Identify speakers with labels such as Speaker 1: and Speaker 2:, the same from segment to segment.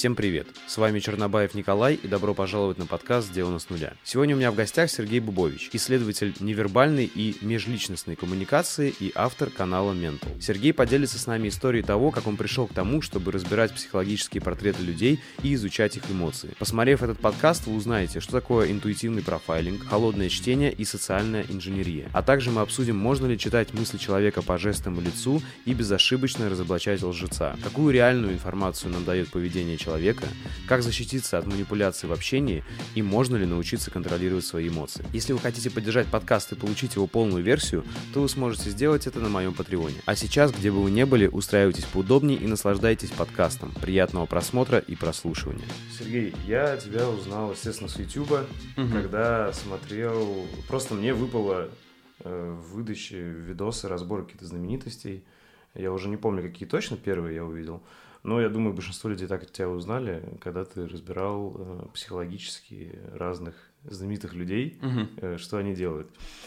Speaker 1: Всем привет! С вами Чернобаев Николай и добро пожаловать на подкаст «Сделано с нуля». Сегодня у меня в гостях Сергей Бубович, исследователь невербальной и межличностной коммуникации и автор канала Mental. Сергей поделится с нами историей того, как он пришел к тому, чтобы разбирать психологические портреты людей и изучать их эмоции. Посмотрев этот подкаст, вы узнаете, что такое интуитивный профайлинг, холодное чтение и социальная инженерия. А также мы обсудим, можно ли читать мысли человека по жестам и лицу и безошибочно разоблачать лжеца. Какую реальную информацию нам дает поведение человека, как защититься от манипуляций в общении и можно ли научиться контролировать свои эмоции. Если вы хотите поддержать подкаст и получить его полную версию, то вы сможете сделать это на моем Патреоне. А сейчас, где бы вы ни были, устраивайтесь поудобнее и наслаждайтесь подкастом. Приятного просмотра и прослушивания. Сергей, я тебя узнал, естественно, с YouTube, когда смотрел... Просто мне выпало в выдаче видосы, разборы каких-то знаменитостей. Я уже не помню, какие точно первые я увидел. Но я думаю, большинство людей так тебя узнали, когда ты разбирал психологически разных знаменитых людей, что они делают.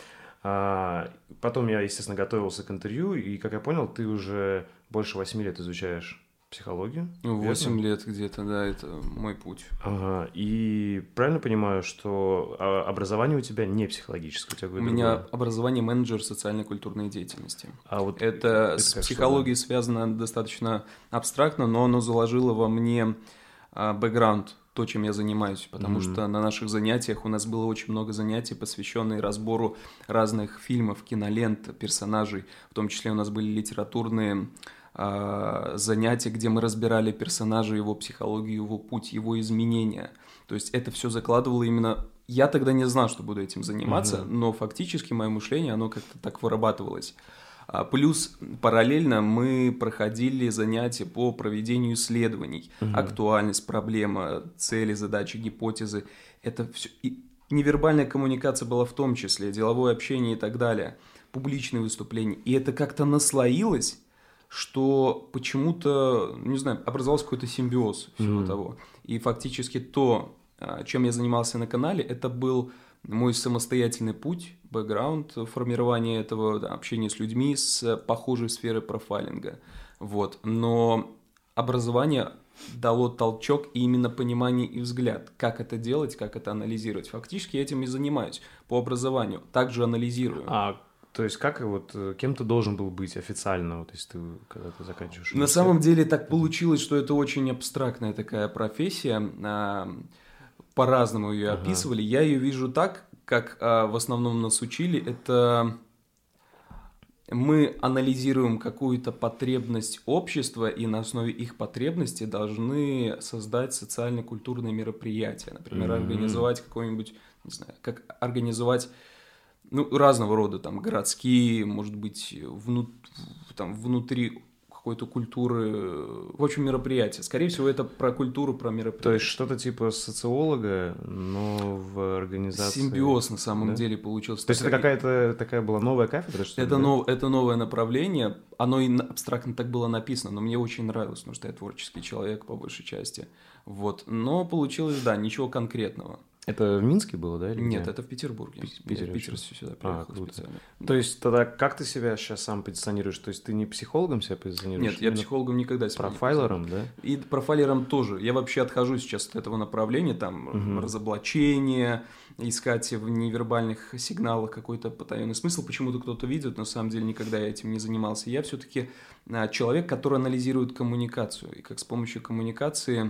Speaker 1: Потом я, естественно, готовился к интервью, и, как я понял, ты уже больше 8 лет изучаешь психологию.
Speaker 2: 8 лет где-то, да, это мой путь.
Speaker 1: Ага, и правильно понимаю, что образование у тебя не психологическое?
Speaker 2: У меня образование менеджер социально-культурной деятельности.
Speaker 1: А вот
Speaker 2: это с психологией связано достаточно абстрактно, но оно заложило во мне бэкграунд, то, чем я занимаюсь, потому что на наших занятиях у нас было очень много занятий, посвященных разбору разных фильмов, кинолент, персонажей, в том числе у нас были литературные занятия, где мы разбирали персонажа, его психологию, его путь, его изменения. То есть это все закладывало именно... Я тогда не знал, что буду этим заниматься, но фактически мое мышление, оно как-то так вырабатывалось. Плюс параллельно мы проходили занятия по проведению исследований. Актуальность, проблема, цели, задачи, гипотезы. Это все... И невербальная коммуникация была в том числе, деловое общение и так далее, публичные выступления. И это как-то наслоилось, что почему-то, не знаю, образовался какой-то симбиоз всего того. И фактически то, чем я занимался на канале, это был мой самостоятельный путь, бэкграунд формирования этого, да, общения с людьми с похожей сферы профайлинга. Вот. Но образование дало толчок и именно понимание и взгляд, как это делать, как это анализировать. Фактически я этим и занимаюсь по образованию, также анализирую.
Speaker 1: То есть как вот кем ты должен был быть официально, вот если ты когда ты заканчиваешь университет?
Speaker 2: На самом деле так получилось, что это очень абстрактная такая профессия. По-разному ее описывали. Я ее вижу так, как в основном нас учили. Это мы анализируем какую-то потребность общества и на основе их потребностей должны создать социально-культурные мероприятия. Например, организовать какой-нибудь, не знаю, как организовать... разного рода, там, городские, может быть, внутри какой-то культуры, в общем, мероприятия. Скорее всего, это про культуру, про мероприятия.
Speaker 1: То есть что-то типа социолога, но в организации...
Speaker 2: Симбиоз, на самом деле, получился.
Speaker 1: То есть это какая-то такая была новая кафедра, что ли?
Speaker 2: Это новое направление. Оно и абстрактно так было написано, но мне очень нравилось, потому что я творческий человек, по большей части. Вот. Но получилось, да, ничего конкретного.
Speaker 1: Это в Минске было, да? Или
Speaker 2: Нет,
Speaker 1: где?
Speaker 2: это в Петербурге.
Speaker 1: Питер
Speaker 2: сюда приехал специально.
Speaker 1: То есть тогда как ты себя сейчас сам позиционируешь? То есть ты не психологом себя позиционируешь?
Speaker 2: Нет, я психологом никогда себя
Speaker 1: профайлером, да?
Speaker 2: И профайлером тоже. Я вообще отхожу сейчас от этого направления, там, разоблачение, искать в невербальных сигналах какой-то потаенный смысл. Почему-то кто-то видит, но на самом деле никогда я этим не занимался. Я все-таки человек, который анализирует коммуникацию. И как с помощью коммуникации...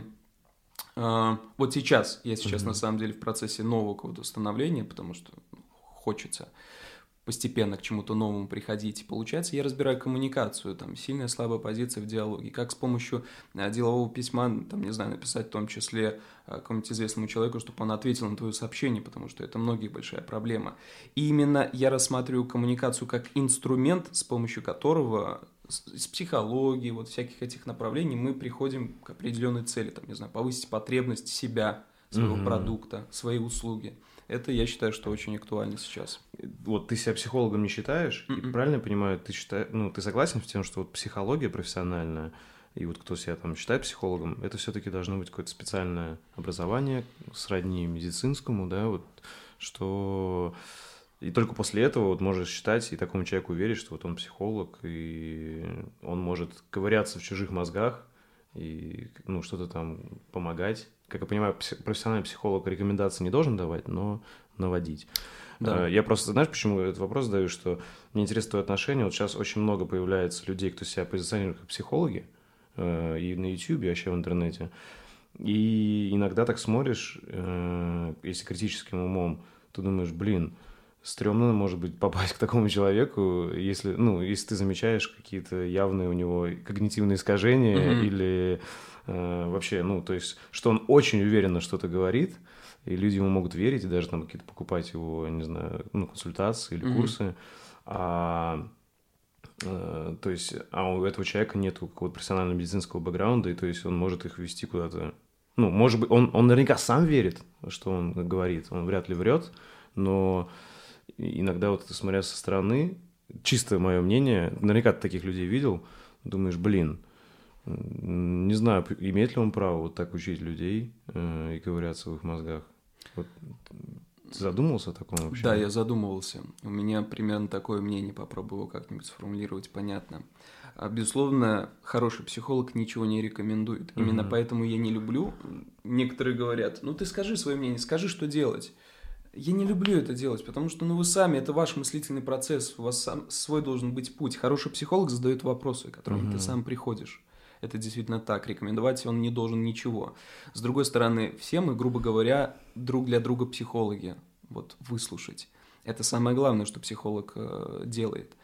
Speaker 2: Вот сейчас, я на самом деле в процессе нового какого-то становления, потому что хочется постепенно к чему-то новому приходить. И получается, я разбираю коммуникацию, там, сильная, слабая позиция в диалоге, как с помощью делового письма, там, не знаю, написать в том числе какому-нибудь известному человеку, чтобы он ответил на твое сообщение, потому что это многих большая проблема. И именно я рассматриваю коммуникацию как инструмент, с помощью которого... С психологии, вот всяких этих направлений мы приходим к определенной цели, там, не знаю, повысить потребность себя, своего продукта, свои услуги. Это, я считаю, что очень актуально сейчас.
Speaker 1: Вот ты себя психологом не считаешь? И правильно я понимаю, ты согласен с тем, что вот психология профессиональная, и вот кто себя там считает психологом, это все-таки должно быть какое-то специальное образование, сродни медицинскому, да, вот, что... И только после этого вот можешь считать и такому человеку верить, что вот он психолог, и он может ковыряться в чужих мозгах и, ну, что-то там помогать. Как я понимаю, профессиональный психолог рекомендации не должен давать, но наводить.
Speaker 2: Да.
Speaker 1: Я просто, знаешь, почему этот вопрос задаю, что мне интересно твое отношение. Вот сейчас очень много появляется людей, кто себя позиционирует как психологи, и на YouTube, и вообще в интернете. И иногда так смотришь, если критическим умом, то думаешь, блин, стрёмно, может быть, попасть к такому человеку, если, ну, если ты замечаешь какие-то явные у него когнитивные искажения или вообще, ну, то есть, что он очень уверенно что-то говорит, и люди ему могут верить, и даже там какие-то покупать его, не знаю, ну, консультации или курсы, то есть, у этого человека нет какого-то профессионального медицинского бэкграунда, и то есть он может их вести куда-то. Ну, может быть, он наверняка сам верит, что он говорит, он вряд ли врет, но иногда вот смотря со стороны, чисто мое мнение, наверняка ты таких людей видел, думаешь, блин, не знаю, имеет ли он право вот так учить людей и ковыряться в их мозгах. Вот. Ты задумывался о таком вообще?
Speaker 2: Да, я задумывался. У меня примерно такое мнение, попробую его как-нибудь сформулировать понятно. Безусловно, хороший психолог ничего не рекомендует. Именно поэтому я не люблю. Некоторые говорят, ну ты скажи свое мнение, скажи, что делать. Я не люблю это делать, потому что вы сами, это ваш мыслительный процесс, у вас свой должен быть путь. Хороший психолог задает вопросы, к которым ты сам приходишь. Это действительно так. Рекомендовать он не должен ничего. С другой стороны, все мы, грубо говоря, друг для друга психологи. Вот выслушать. Это самое главное, что психолог делает.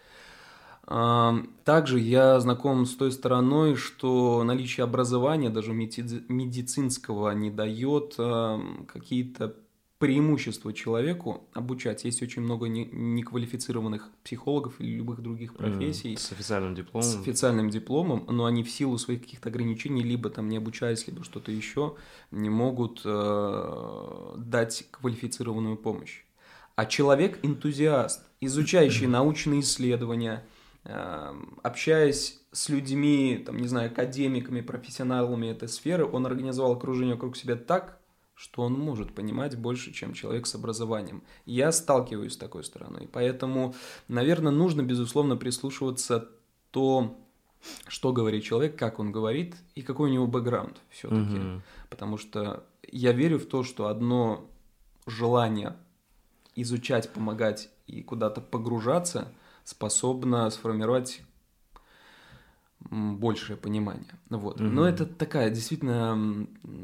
Speaker 2: Также я знаком с той стороной, что наличие образования, даже медицинского, не дает какие-то преимущества человеку обучать. Есть очень много неквалифицированных психологов или любых других профессий.
Speaker 1: С официальным дипломом.
Speaker 2: С официальным дипломом, но они в силу своих каких-то ограничений, либо там не обучаясь, либо что-то еще, не могут дать квалифицированную помощь. А человек-энтузиаст, изучающий научные исследования, общаясь с людьми, там, не знаю, академиками, профессионалами этой сферы, он организовал окружение вокруг себя так, что он может понимать больше, чем человек с образованием. Я сталкиваюсь с такой стороной. Поэтому, наверное, нужно, безусловно, прислушиваться то, что говорит человек, как он говорит и какой у него бэкграунд все-таки. Потому что я верю в то, что одно желание изучать, помогать и куда-то погружаться способно сформировать большее понимание. Вот. Но это такая действительно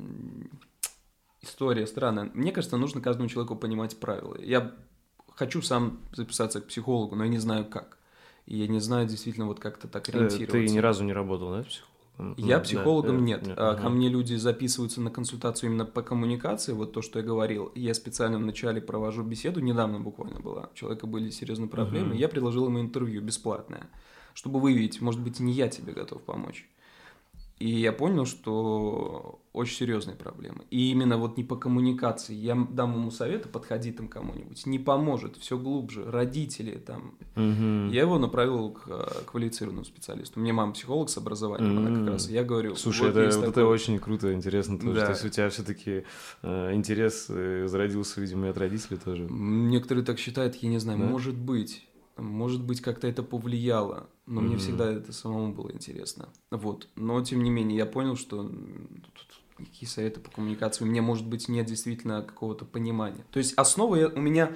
Speaker 2: история странная. Мне кажется, нужно каждому человеку понимать правила. Я хочу сам записаться к психологу, но я не знаю как. И я не знаю действительно вот как-то так ориентироваться.
Speaker 1: Ты ни разу не работал, да, психологом?
Speaker 2: Я психологом нет. Ко мне люди записываются на консультацию именно по коммуникации, вот то, что я говорил. Я специально вначале провожу беседу, недавно буквально была. У человека были серьезные проблемы, я предложил ему интервью бесплатное, чтобы выявить, может быть, не я тебе готов помочь. И я понял, что очень серьезные проблемы. И именно вот не по коммуникации. Я дам ему советы, подходи там кому-нибудь. Не поможет, все глубже. Родители там. Я его направил к квалифицированному специалисту. У меня мама психолог с образованием, она как раз. Я говорю...
Speaker 1: Слушай,
Speaker 2: вот
Speaker 1: это очень круто, интересно тоже.
Speaker 2: Да.
Speaker 1: То есть у тебя все-таки интерес зародился, видимо, и от родителей тоже.
Speaker 2: Некоторые так считают, я не знаю,
Speaker 1: Да?
Speaker 2: может быть, как-то это повлияло, но мне всегда это самому было интересно. Вот. Но, тем не менее, я понял, что тут никакие советы по коммуникации у меня, может быть, нет действительно какого-то понимания. То есть у меня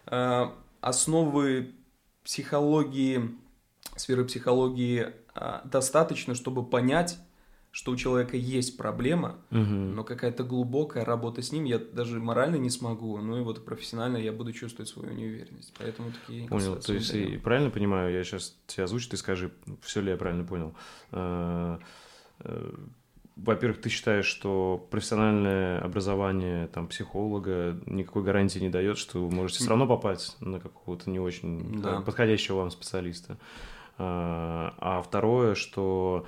Speaker 2: основы психологии, сферы психологии достаточно, чтобы понять, что у человека есть проблема, но какая-то глубокая работа с ним я даже морально не смогу, ну и вот профессионально я буду чувствовать свою неуверенность. Поэтому такие...
Speaker 1: Понял, то есть, и правильно понимаю, я сейчас тебя озвучу, ты скажи, все ли я правильно понял. Во-первых, ты считаешь, что профессиональное образование там, психолога никакой гарантии не дает, что вы можете все равно попасть на какого-то не очень подходящего вам специалиста. А второе, что...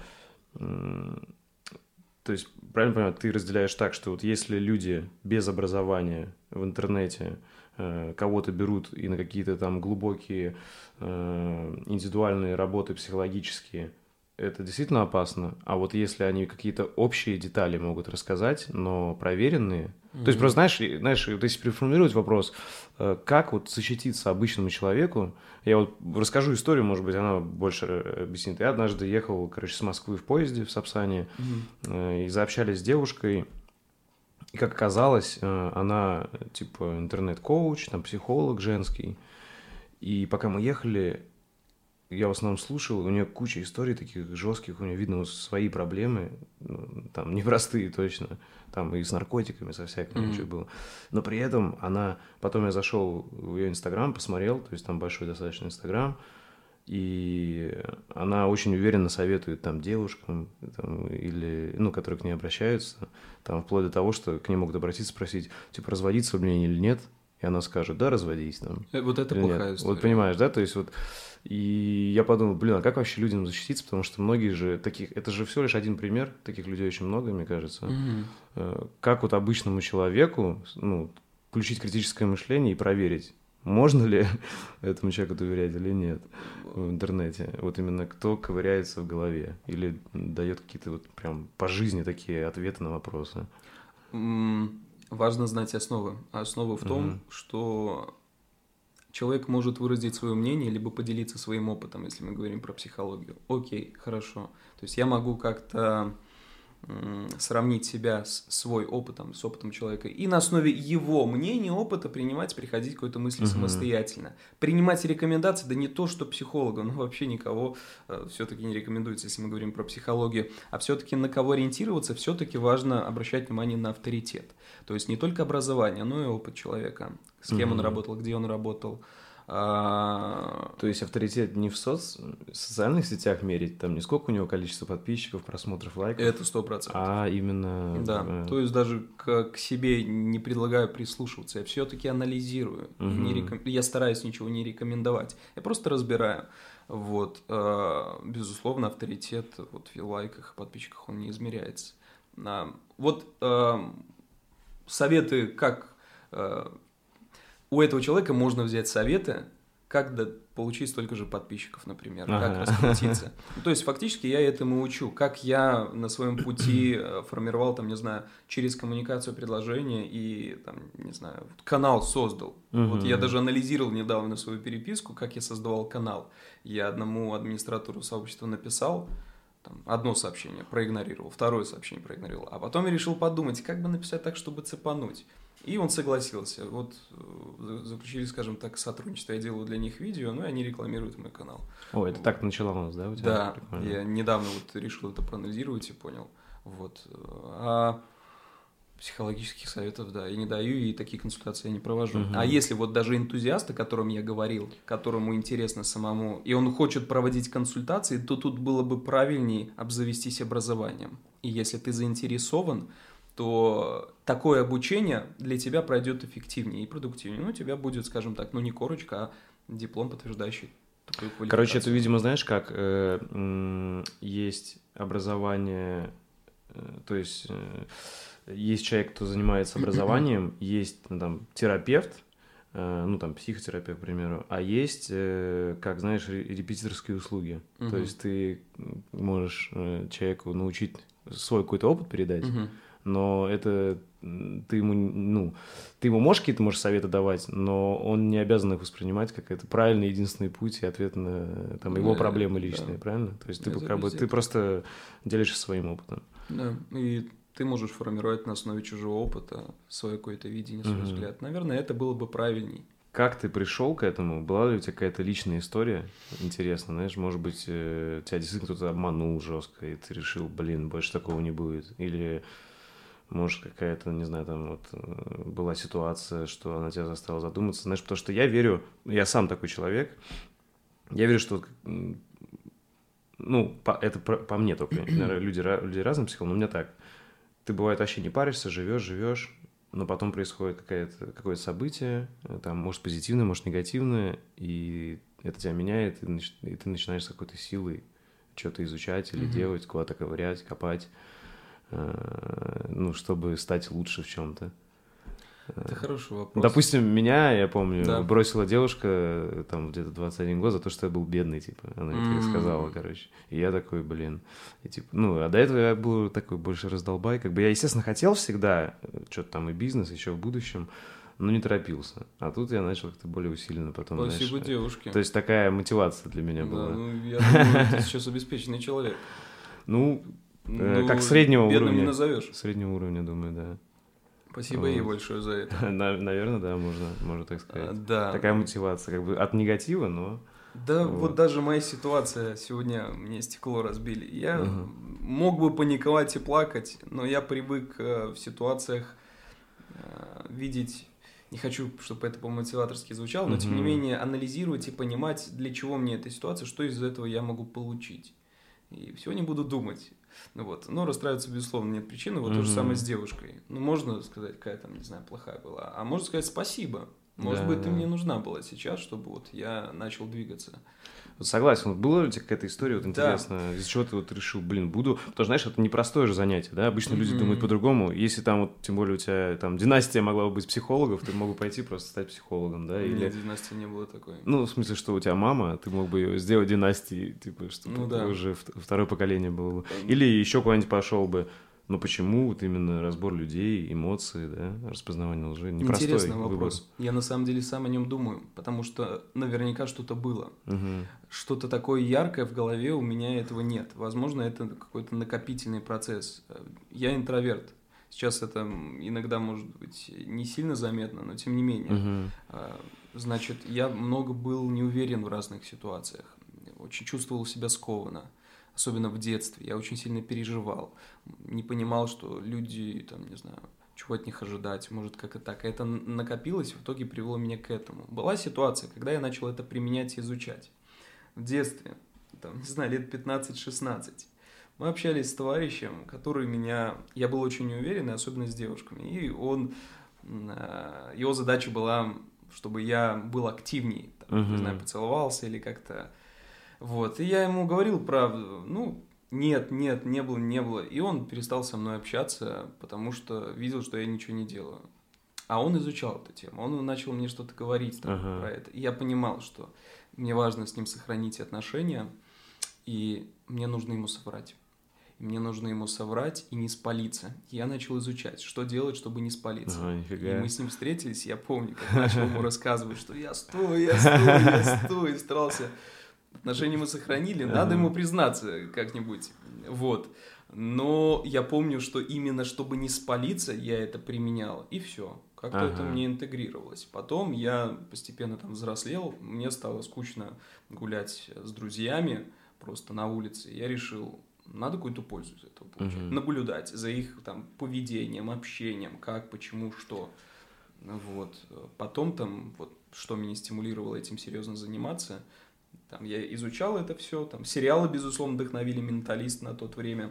Speaker 1: То есть, правильно понимаю, ты разделяешь так, что вот если люди без образования в интернете кого-то берут и на какие-то там глубокие индивидуальные работы психологические, это действительно опасно. А вот если они какие-то общие детали могут рассказать, но проверенные... То есть просто, знаешь, вот если переформулировать вопрос, как вот защититься обычному человеку, я вот расскажу историю, может быть, она больше объяснит. Я однажды ехал, короче, с Москвы в поезде в Сапсане, и заобщались с девушкой, и, как оказалось, она, типа, интернет-коуч, там, психолог женский, и пока мы ехали... Я в основном слушал, у нее куча историй таких жестких, у нее видно вот свои проблемы, ну, там непростые точно, там и с наркотиками, со всяким что было. Но при этом она, потом я зашел в ее Инстаграм, посмотрел, то есть там большой достаточно Инстаграм, и она очень уверенно советует там девушкам, там, или, ну, которые к ней обращаются, там вплоть до того, что к ней могут обратиться, спросить, типа, разводиться мне или нет, и она скажет, да, разводись там.
Speaker 2: Вот это плохая история.
Speaker 1: Вот понимаешь, да, то есть вот... И я подумал, блин, а как вообще людям защититься, потому что многие же таких, это же всего лишь один пример, таких людей очень много, мне кажется. Как вот обычному человеку, ну, включить критическое мышление и проверить, можно ли этому человеку доверять или нет в интернете. Вот именно кто ковыряется в голове или дает какие-то вот прям по жизни такие ответы на вопросы.
Speaker 2: Важно знать основы. Основа в том, что человек может выразить свое мнение, либо поделиться своим опытом, если мы говорим про психологию. Окей, хорошо. То есть я могу как-то сравнить себя с свой опытом, с опытом человека, и на основе его мнения, опыта приходить к какой-то мысли самостоятельно. Принимать рекомендации, да не то, что психолога, но вообще никого все-таки не рекомендуется, если мы говорим про психологию, а все-таки на кого ориентироваться, все-таки важно обращать внимание на авторитет. То есть не только образование, но и опыт человека, с кем он работал, где он работал.
Speaker 1: То есть авторитет не в социальных сетях мерить, там не сколько у него количество подписчиков, просмотров, лайков.
Speaker 2: Это 100%.
Speaker 1: А именно...
Speaker 2: Да, то есть даже к себе не предлагаю прислушиваться, я все-таки анализирую. Я стараюсь ничего не рекомендовать, я просто разбираю. Вот, безусловно, авторитет вот, в лайках, подписчиках он не измеряется. Вот советы, как... У этого человека можно взять советы, как получить столько же подписчиков, например, как раскрутиться. То есть, фактически, я этому учу. Как я на своем пути формировал, там, не знаю, через коммуникацию предложения и, там, не знаю, канал создал. Вот я даже анализировал недавно свою переписку, как я создавал канал. Я одному администратору сообщества написал, там, одно сообщение проигнорировал, второе сообщение проигнорировал, а потом я решил подумать, как бы написать так, чтобы цепануть. И он согласился. Вот заключили, скажем так, сотрудничество. Я делаю для них видео, ну и они рекламируют мой канал.
Speaker 1: О, это так начало у нас, да, у тебя?
Speaker 2: Да,
Speaker 1: прикольно.
Speaker 2: Я недавно вот решил это проанализировать и понял. Вот. А психологических советов, да, я не даю, и такие консультации я не провожу. А если вот даже энтузиаст, о котором я говорил, которому интересно самому, и он хочет проводить консультации, то тут было бы правильнее обзавестись образованием. И если ты заинтересован, то такое обучение для тебя пройдет эффективнее и продуктивнее. Ну, у тебя будет, скажем так, ну, не корочка, а диплом, подтверждающий такую квалификацию.
Speaker 1: Короче, это, видимо, знаешь, как есть образование, то есть есть человек, кто занимается образованием, есть там терапевт, ну, там, психотерапевт, к примеру, а есть, как, знаешь, репетиторские услуги. То есть ты можешь человеку научить свой какой-то опыт передать, но это ты ему можешь какие-то, советы давать, но он не обязан их воспринимать как это правильный единственный путь и ответ на там, его проблемы личные, правильно? То есть ты как бы ты просто делишься своим опытом.
Speaker 2: Да, и ты можешь формировать на основе чужого опыта свое какое-то видение, свой взгляд. Наверное, это было бы правильней.
Speaker 1: Как ты пришел к этому? Была ли у тебя какая-то личная история? Интересно, знаешь, может быть, тебя действительно кто-то обманул жестко, и ты решил, блин, больше такого не будет? Или... Может, какая-то, не знаю, там вот была ситуация, что она тебя заставила задуматься. Знаешь, потому что я верю, я сам такой человек, я верю, что, ну, это по мне только, наверное, люди разные психологи, но у меня так. Ты, бывает, вообще не паришься, живешь, но потом происходит какое-то событие, там, может, позитивное, может, негативное, и это тебя меняет, и ты начинаешь с какой-то силой что-то изучать или делать, куда-то ковырять, копать. Ну, чтобы стать лучше в чем-то.
Speaker 2: Это хороший вопрос.
Speaker 1: Допустим, меня, я помню,
Speaker 2: Да.
Speaker 1: бросила девушка, там, где-то 21 год, за то, что я был бедный, типа, она мне так сказала, короче. И я такой, блин, и, типа, ну, а до этого я был такой больше раздолбай, как бы я, естественно, хотел всегда что-то там и бизнес еще в будущем, но не торопился. А тут я начал как-то более усиленно потом,
Speaker 2: Спасибо
Speaker 1: знаешь,
Speaker 2: девушке.
Speaker 1: то есть такая мотивация для меня
Speaker 2: Да,
Speaker 1: была.
Speaker 2: ну, я думаю, ты сейчас обеспеченный человек.
Speaker 1: Ну,
Speaker 2: Ну,
Speaker 1: как среднего
Speaker 2: бедным
Speaker 1: уровня.
Speaker 2: не назовешь.
Speaker 1: Среднего уровня, думаю, да.
Speaker 2: Спасибо ей большое за это.
Speaker 1: Наверное, да, можно так сказать.
Speaker 2: Да.
Speaker 1: Такая мотивация, как бы от негатива, но...
Speaker 2: Да, вот даже моя ситуация, сегодня мне стекло разбили. Я мог бы паниковать и плакать, но я привык в ситуациях видеть, не хочу, чтобы это по-мотиваторски звучало, но тем не менее анализировать и понимать, для чего мне эта ситуация, что из этого я могу получить. И сегодня буду думать. Ну вот. Но расстраиваться, безусловно, нет причины. Вот то же самое с девушкой. Ну, можно сказать, какая там, не знаю, плохая была. А можно сказать спасибо. Может быть, ты мне нужна была сейчас, чтобы вот я начал двигаться.
Speaker 1: Согласен. Вот была ли у тебя какая-то история, вот интересно, из-за чего ты вот решил, блин, буду... Потому что, знаешь, это непростое же занятие, да? Обычно люди думают по-другому. Если там вот, тем более у тебя там династия могла бы быть психологов, ты мог бы пойти просто стать психологом, да? Или...
Speaker 2: Нет, династии не было такой.
Speaker 1: Ну, в смысле, что у тебя мама, ты мог бы ее сделать династией, типа, чтобы
Speaker 2: Ну,
Speaker 1: уже второе поколение было бы. Или еще куда-нибудь пошел бы. Но почему вот именно разбор людей, эмоции, да, распознавание лжи? Непростой
Speaker 2: Интересный
Speaker 1: выбор.
Speaker 2: вопрос. Я на самом деле сам о нем думаю, потому что наверняка что-то было. Что-то такое яркое в голове у меня этого нет. Возможно, это какой-то накопительный процесс. Я интроверт. Сейчас это иногда может быть не сильно заметно, но тем не менее. Значит, я много был не уверен в разных ситуациях. Очень чувствовал себя скованно. Особенно в детстве. Я очень сильно переживал. Не понимал, что люди, там, не знаю, чего от них ожидать, может, как и так. И это накопилось, в итоге привело меня к этому. Была ситуация, когда я начал это применять и изучать. В детстве, там, не знаю, лет 15-16. Мы общались с товарищем, который меня... Я был очень неуверенный, особенно с девушками. И он... Его задача была, чтобы я был активнее. Там, не знаю, поцеловался или как-то... Вот, и я ему говорил правду, ну, нет, не было, и он перестал со мной общаться, потому что видел, что я ничего не делаю. А он изучал эту тему, он начал мне что-то говорить там, про это, и я понимал, что мне важно с ним сохранить отношения, и мне нужно ему соврать. И мне нужно ему соврать и не спалиться. Я начал изучать, что делать, чтобы не спалиться. И мы с ним встретились, я помню, как начал ему рассказывать, что я стою, и старался... Отношения мы сохранили, надо ему признаться как-нибудь, вот. Но я помню, что именно чтобы не спалиться, я это применял, и все. Как-то это мне интегрировалось. Потом я постепенно там взрослел, мне стало скучно гулять с друзьями просто на улице. Я решил, надо какую-то пользу из этого получать, наблюдать за их там поведением, общением, как, почему, что. Вот. Потом там, вот, что меня стимулировало этим серьезно заниматься. Там я изучал это все, там сериалы, безусловно, вдохновили, «Менталист» на то время.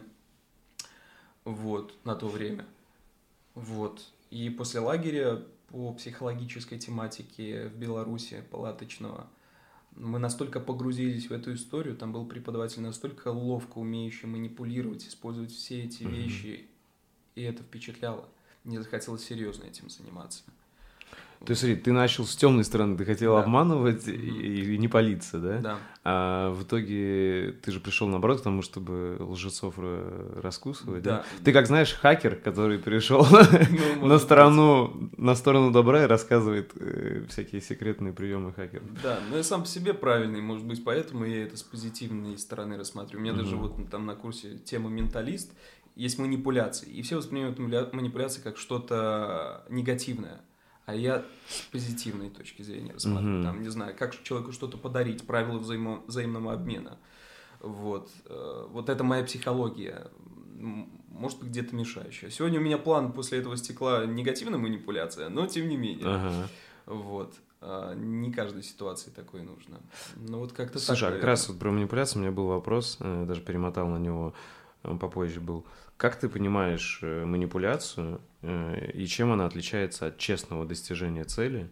Speaker 2: Вот, на то время. Вот. И после лагеря по психологической тематике в Беларуси, палаточного, мы настолько погрузились в эту историю, там был преподаватель настолько ловко умеющий манипулировать, использовать все эти вещи, и это впечатляло. Мне захотелось серьезно этим заниматься.
Speaker 1: То есть, смотри, ты начал с темной стороны, ты хотел обманывать и не палиться, да?
Speaker 2: Да.
Speaker 1: А в итоге ты же пришел, наоборот, к тому, чтобы лжецов раскусывать, да?
Speaker 2: Да.
Speaker 1: Ты как, знаешь, хакер, который перешел на сторону добра и рассказывает всякие секретные приемы хакера.
Speaker 2: Да, но я сам по себе правильный, может быть, поэтому я это с позитивной стороны рассматриваю. У меня даже вот там на курсе тема «Менталист» есть манипуляции, и все воспринимают манипуляции как что-то негативное. А я с позитивной точки зрения рассматриваю. Там, не знаю, как человеку что-то подарить, правила взаимного обмена. Вот. Вот это моя психология. Может быть, где-то мешающая. Сегодня у меня план после этого стекла негативная манипуляция, но тем не менее. Вот. Не каждой ситуации такое нужно. Но вот как-то
Speaker 1: Слушай,
Speaker 2: так,
Speaker 1: а как раз вот про манипуляцию у меня был вопрос, даже перемотал на него, он попозже был. Как ты понимаешь манипуляцию и чем она отличается от честного достижения цели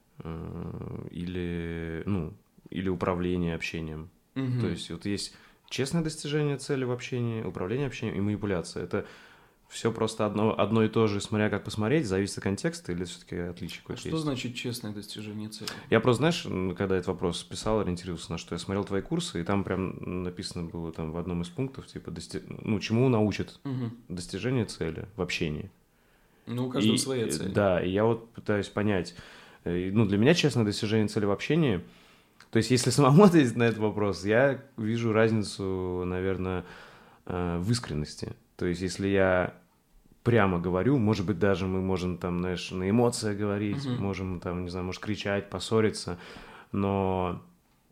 Speaker 1: или управления общением? То есть вот есть честное достижение цели в общении, управление общением и манипуляция. Это Все просто одно и то же, смотря как посмотреть, зависит от контекста или все-таки отличие какое-то
Speaker 2: Что значит честное достижение цели?
Speaker 1: Я просто, знаешь, когда этот вопрос писал, ориентировался на что, я смотрел твои курсы, и там прям написано было там в одном из пунктов, типа, чему научат достижение цели в общении.
Speaker 2: Ну, у каждого своя цель.
Speaker 1: Да, и я вот пытаюсь понять, для меня, честно, достижение цели в общении, то есть если самому ответить на этот вопрос, я вижу разницу, наверное, в искренности. То есть если я прямо говорю, может быть, даже мы можем там, знаешь, на эмоциях говорить, можем там, не знаю, может кричать, поссориться, но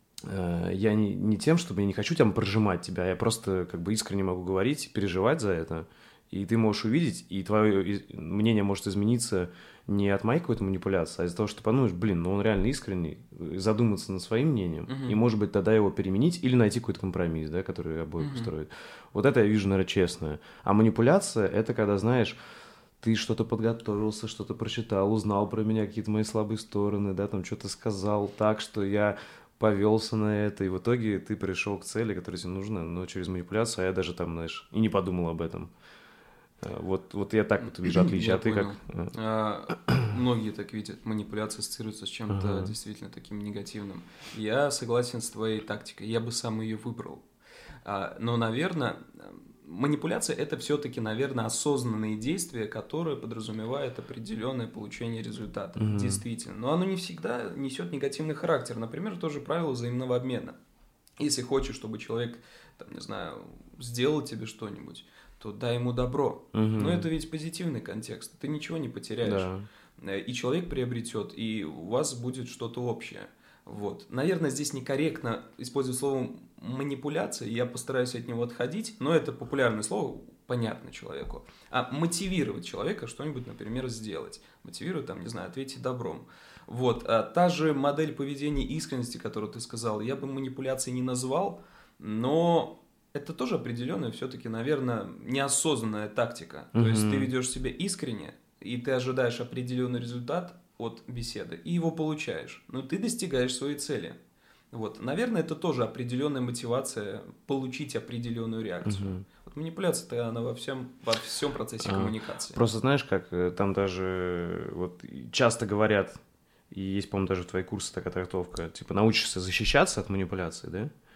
Speaker 1: я не тем, чтобы я не хочу там прожимать тебя, я просто как бы искренне могу говорить, переживать за это, и ты можешь увидеть, и твое мнение может измениться не от моей какой-то манипуляции, а из-за того, что подумаешь, он реально искренний, задуматься над своим мнением, и, может быть, тогда его переменить или найти какой-то компромисс, да, который обоих устроит. Вот это я вижу, наверное, честное. А манипуляция – это когда, знаешь, ты что-то подготовился, что-то прочитал, узнал про меня какие-то мои слабые стороны, да, там что-то сказал так, что я повелся на это, и в итоге ты пришел к цели, которая тебе нужна, но через манипуляцию, а я даже там, знаешь, и не подумал об этом. Вот я так вот вижу отличие,
Speaker 2: Я
Speaker 1: а ты
Speaker 2: понял.
Speaker 1: как?
Speaker 2: Многие так видят, манипуляция ассоциируется с чем-то действительно таким негативным. Я согласен с твоей тактикой, я бы сам ее выбрал. Но, наверное, манипуляция – это все-таки, наверное, осознанные действия, которые подразумевают определенное получение результата. Действительно. Но оно не всегда несет негативный характер. Например, тоже правило взаимного обмена. Если хочешь, чтобы человек, там, не знаю, сделал тебе что-нибудь, то дай ему добро. Но это ведь позитивный контекст. Ты ничего не потеряешь. Да. И человек приобретет, и у вас будет что-то общее. Вот. Наверное, здесь некорректно использовать слово манипуляция, я постараюсь от него отходить, но это популярное слово, понятно человеку. А мотивировать человека что-нибудь, например, сделать. Мотивировать, там, не знаю, ответить добром. Вот. Та же модель поведения искренности, которую ты сказал, я бы манипуляцией не назвал, но это тоже определенная все-таки, наверное, неосознанная тактика. То есть ты ведешь себя искренне, и ты ожидаешь определенный результат от беседы, и его получаешь. Но ты достигаешь своей цели. Вот. Наверное, это тоже определенная мотивация получить определенную реакцию. Вот манипуляция-то она во всем процессе коммуникации.
Speaker 1: Просто знаешь, как там даже вот часто говорят, и есть, по-моему, даже в твоих курсах такая трактовка, типа научишься защищаться от манипуляции,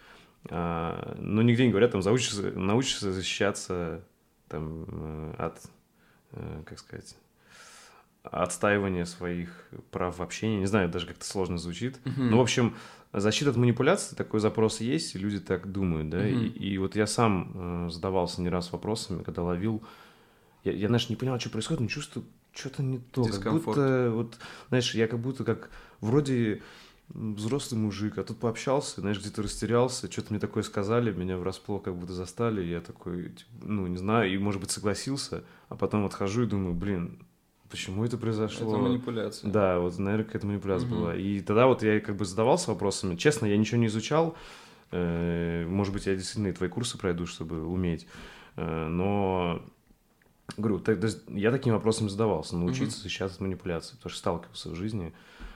Speaker 1: да? Но нигде не говорят, там, научишься защищаться там, от, как сказать, отстаивания своих прав в общении. Не знаю, даже как-то сложно звучит. Но, в общем, защита от манипуляций, такой запрос есть, и люди так думают, да? И вот я сам задавался не раз вопросами, когда ловил. Я, знаешь, не понял, что происходит, но чувствую, что-то не то.
Speaker 2: Дискомфорт.
Speaker 1: Как будто, вот, знаешь, я как будто как вроде взрослый мужик, а тут пообщался, знаешь, где-то растерялся, что-то мне такое сказали, меня врасплох как будто застали, я такой, типа, не знаю, и, может быть, согласился, а потом отхожу и думаю, почему это произошло?
Speaker 2: Это манипуляция.
Speaker 1: Да, вот, наверное, какая-то манипуляция была. И тогда вот я как бы задавался вопросами. Честно, я ничего не изучал. Может быть, я действительно и твои курсы пройду, чтобы уметь. Но, говорю, я таким вопросом задавался. Научиться защищаться от манипуляций, потому что сталкивался в жизни.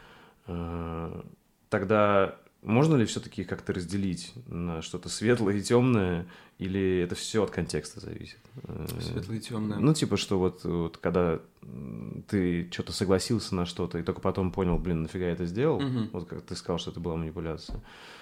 Speaker 1: Тогда можно ли все-таки их как-то разделить на что-то светлое и темное, или это все от контекста зависит?
Speaker 2: Светлое и темное.
Speaker 1: Типа, что вот когда ты что-то согласился на что-то, и только потом понял, нафига я это сделал, вот как ты сказал, что это была манипуляция.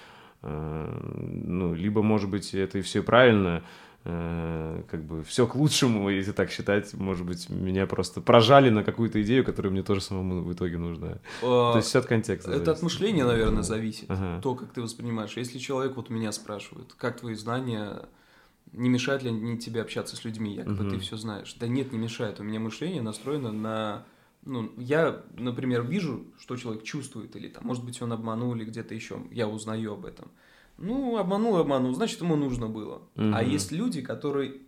Speaker 1: Либо, может быть, это и все правильно, как бы все к лучшему, если так считать, может быть, меня просто прожали на какую-то идею, которая мне тоже самому в итоге нужна. То есть все от контекста
Speaker 2: зависит. Это от мышления, наверное, зависит, то, как ты воспринимаешь. Если человек, вот меня спрашивает, как твои знания, не мешают ли они тебе общаться с людьми, якобы ты все знаешь? Да нет, не мешает. У меня мышление настроено на... я, например, вижу, что человек чувствует, или там, может быть, он обманул, или где-то еще, я узнаю об этом. Обманул, значит, ему нужно было. А есть люди, которые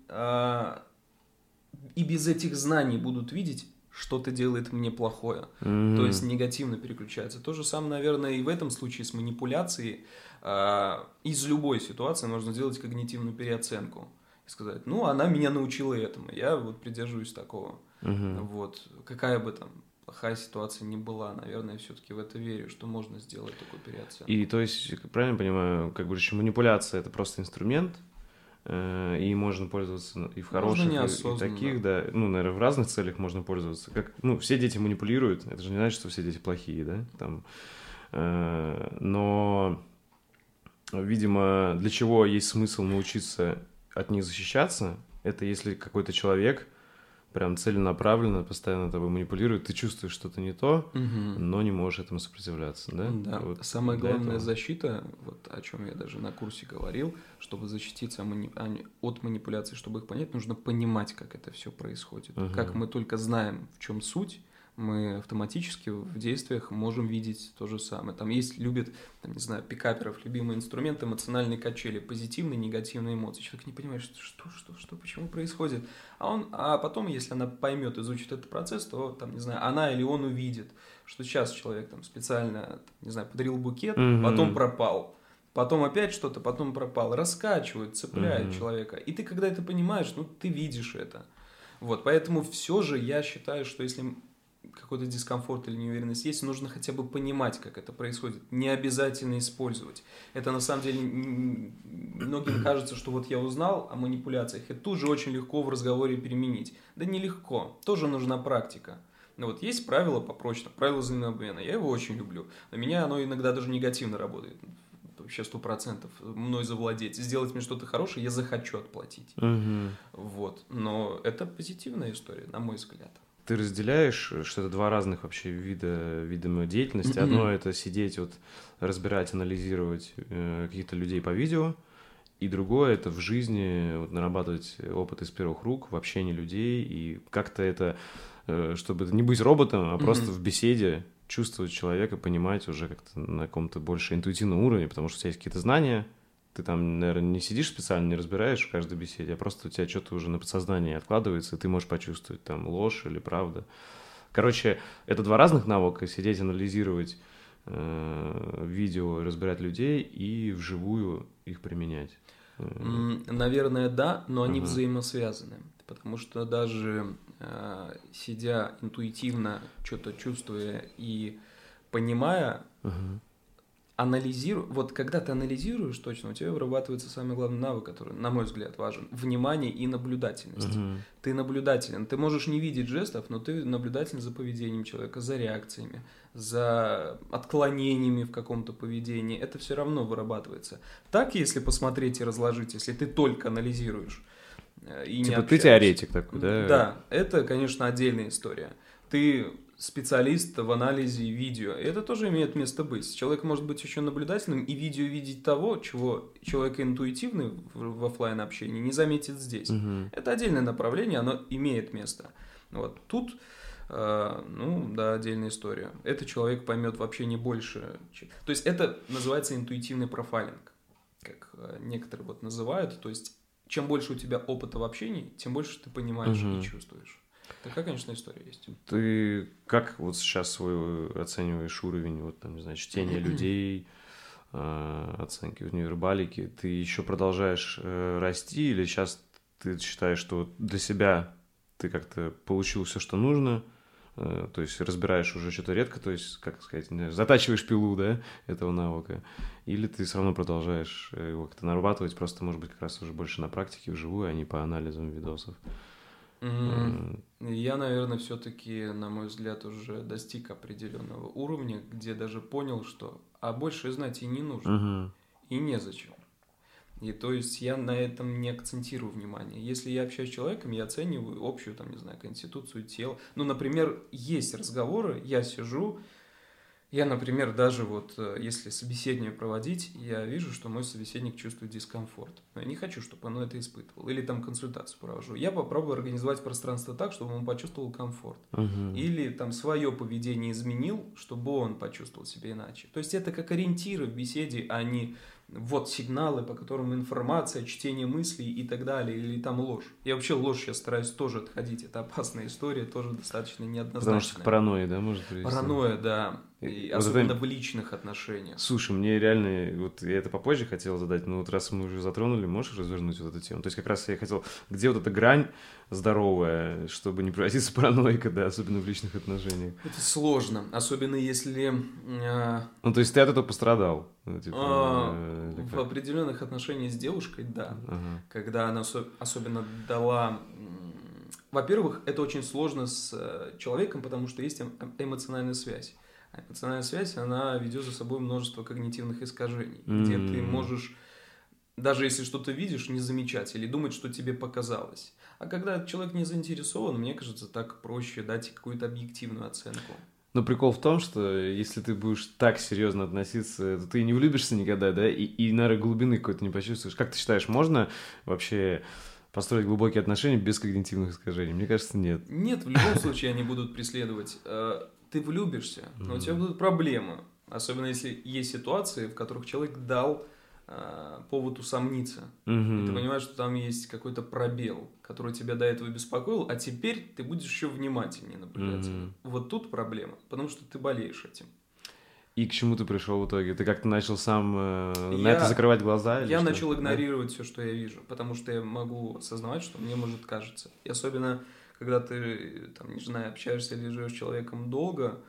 Speaker 2: и без этих знаний будут видеть, что-то делает мне плохое. То есть негативно переключается. То же самое, наверное, и в этом случае с манипуляцией. Из любой ситуации можно сделать когнитивную переоценку. И сказать, она меня научила этому, я вот придерживаюсь такого. Вот. Какая бы там плохая ситуация не была, наверное, я все-таки в это верю, что можно сделать такую переоценку.
Speaker 1: И то есть, правильно понимаю, как бы еще манипуляция — это просто инструмент, и можно пользоваться и в хороших, и таких, да. Ну, наверное, в разных целях можно пользоваться. Как, ну, все дети манипулируют, это же не значит, что все дети плохие, да, там. Но, видимо, для чего есть смысл научиться от них защищаться, это если какой-то человек прям целенаправленно постоянно тобой манипулирует, ты чувствуешь что-то не то, но не можешь этому сопротивляться, да?
Speaker 2: Да, вот самая главная защита, вот о чем я даже на курсе говорил, чтобы защититься от манипуляций, чтобы их понять, нужно понимать, как это все происходит. Как мы только знаем, в чем суть, мы автоматически в действиях можем видеть то же самое. Там любят, там, не знаю, пикаперов, любимый инструмент, эмоциональные качели, позитивные, негативные эмоции. Человек не понимает, что, почему происходит. А потом, если она поймет, изучит этот процесс, то, там, не знаю, она или он увидит, что сейчас человек там специально, не знаю, подарил букет, потом пропал. Потом опять что-то, потом пропал. Раскачивает, цепляет человека. И ты, когда это понимаешь, ну, ты видишь это. Вот, поэтому все же я считаю, что если какой-то дискомфорт или неуверенность есть, нужно хотя бы понимать, как это происходит. Не обязательно использовать. Это на самом деле многим кажется, что вот я узнал о манипуляциях, и тут же очень легко в разговоре применить. Да нелегко. Тоже нужна практика. Но вот есть правило попрочно, правило взаимного обмена. Я его очень люблю. На меня оно иногда даже негативно работает. Вообще 100% мной завладеть. Сделать мне что-то хорошее, я захочу отплатить. Вот. Но это позитивная история, на мой взгляд.
Speaker 1: Ты разделяешь, что это два разных вообще вида деятельности. Одно — это сидеть, вот, разбирать, анализировать каких-то людей по видео, и другое — это в жизни вот, нарабатывать опыт из первых рук в общении людей, и как-то это, чтобы не быть роботом, а просто в беседе чувствовать человека, понимать уже как-то на каком-то больше интуитивном уровне, потому что у тебя есть какие-то знания, ты там, наверное, не сидишь специально, не разбираешь в каждой беседе, а просто у тебя что-то уже на подсознании откладывается, и ты можешь почувствовать, там, ложь или правда. Короче, это два разных навыка — сидеть, анализировать видео, разбирать людей и вживую их применять.
Speaker 2: Наверное, да, но они взаимосвязаны, потому что даже сидя интуитивно, что-то чувствуя и понимая, вот когда ты анализируешь точно, у тебя вырабатывается самый главный навык, который, на мой взгляд, важен. Внимание и наблюдательность. Ты наблюдателен. Ты можешь не видеть жестов, но ты наблюдателен за поведением человека, за реакциями, за отклонениями в каком-то поведении. Это все равно вырабатывается. Так, если посмотреть и разложить, если ты только анализируешь и не общаешься.
Speaker 1: Ты теоретик такой, да?
Speaker 2: Да, это, конечно, отдельная история. Ты специалист в анализе видео. И это тоже имеет место быть. Человек может быть еще наблюдательным и видео видеть того, чего человек интуитивный в офлайн общении не заметит здесь. Это отдельное направление, оно имеет место. Вот тут, отдельная история. Это человек поймет вообще не больше. То есть это называется интуитивный профайлинг, как некоторые вот называют. То есть чем больше у тебя опыта в общении, тем больше ты понимаешь и чувствуешь. Такая, конечно, история есть.
Speaker 1: Ты как вот сейчас свой оцениваешь уровень, вот там, не знаю, чтения людей, оценки невербалики? Ты еще продолжаешь расти, или сейчас ты считаешь, что для себя ты как-то получил все, что нужно, то есть разбираешь уже что-то редко, то есть, как сказать, затачиваешь пилу, да, этого навыка, или ты все равно продолжаешь его как-то нарабатывать, просто, может быть, как раз уже больше на практике, вживую, а не по анализам видосов?
Speaker 2: Я, наверное, все-таки, на мой взгляд, уже достиг определенного уровня, где даже понял, что больше знать и не нужно, и незачем. И то есть я на этом не акцентирую внимание. Если я общаюсь с человеком, я оцениваю общую, там, не знаю, конституцию тела. Ну, например, есть разговоры, я сижу, я, например, даже вот, если собеседование проводить, я вижу, что мой собеседник чувствует дискомфорт. Но я не хочу, чтобы он это испытывал. Или там консультацию провожу. Я попробую организовать пространство так, чтобы он почувствовал комфорт. Или там свое поведение изменил, чтобы он почувствовал себя иначе. То есть это как ориентиры в беседе, а не вот сигналы, по которым информация, чтение мыслей и так далее, или там ложь. Я вообще ложь сейчас стараюсь тоже отходить. Это опасная история, тоже достаточно неоднозначная.
Speaker 1: Потому что к паранойи, да, может привести?
Speaker 2: Паранойя, да. И
Speaker 1: Вот
Speaker 2: особенно
Speaker 1: это...
Speaker 2: в личных отношениях.
Speaker 1: Слушай, мне реально, вот я это попозже хотел задать, но вот раз мы уже затронули, можешь развернуть вот эту тему? То есть как раз я хотел, где вот эта грань здоровая, чтобы не превратиться в параноика, да, особенно в личных отношениях.
Speaker 2: Это сложно, особенно если
Speaker 1: Ну, то есть ты от этого пострадал? Ну, типа, или
Speaker 2: в
Speaker 1: как?
Speaker 2: определенных отношениях с девушкой, да.
Speaker 1: Ага.
Speaker 2: Когда она особенно дала... Во-первых, это очень сложно с человеком, потому что есть эмоциональная связь. А эмоциональная связь, она ведет за собой множество когнитивных искажений, где ты можешь, даже если что-то видишь, не замечать или думать, что тебе показалось. А когда человек не заинтересован, мне кажется, так проще дать какую-то объективную оценку.
Speaker 1: Но прикол в том, что если ты будешь так серьезно относиться, то ты не влюбишься никогда, да, и наверное, глубины какой-то не почувствуешь. Как ты считаешь, можно вообще построить глубокие отношения без когнитивных искажений? Мне кажется, нет.
Speaker 2: Нет, в любом случае они будут преследовать. Ты влюбишься, но у тебя будут проблемы. Особенно если есть ситуации, в которых человек дал повод усомниться. И ты понимаешь, что там есть какой-то пробел, который тебя до этого беспокоил, а теперь ты будешь еще внимательнее наблюдать. Вот тут проблема, потому что ты болеешь этим.
Speaker 1: И к чему ты пришел в итоге? Ты как-то начал сам на это закрывать глаза?
Speaker 2: Я начал игнорировать все, что я вижу, потому что я могу осознавать, что мне может кажется. И особенно, когда ты, там, не знаю, общаешься или живешь с человеком долго,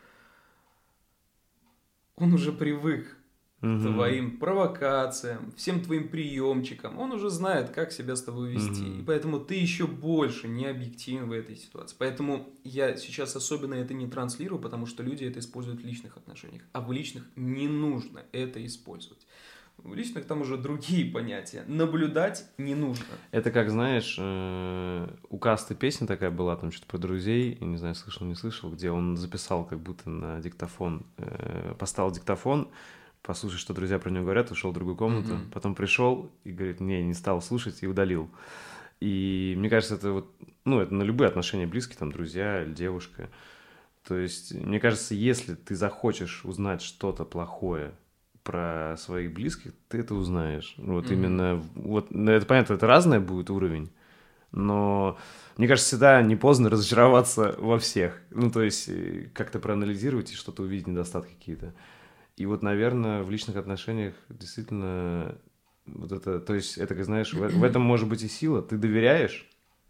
Speaker 2: он уже привык к твоим провокациям, всем твоим приемчикам. Он уже знает, как себя с тобой вести. И поэтому ты еще больше не объективен в этой ситуации. Поэтому я сейчас особенно это не транслирую, потому что люди это используют в личных отношениях. А в личных не нужно это использовать. В личных там уже другие понятия. Наблюдать не нужно.
Speaker 1: Это как, знаешь, у Касты песня такая была, там что-то про друзей, я не знаю, слышал, не слышал, где он записал как будто на диктофон, поставил диктофон, послушать, что друзья про него говорят, ушел в другую комнату, потом пришел и говорит, не стал слушать и удалил. И мне кажется, это вот, ну, это на любые отношения близкие, там, друзья или девушка. То есть, мне кажется, если ты захочешь узнать что-то плохое про своих близких, ты это узнаешь. Вот именно, вот, это понятно, это разный будет уровень, но мне кажется, всегда не поздно разочароваться во всех. Ну, то есть, как-то проанализировать и что-то увидеть, недостатки какие-то. И вот, наверное, в личных отношениях действительно вот это, то есть, это, как знаешь, в этом может быть и сила. Ты доверяешь,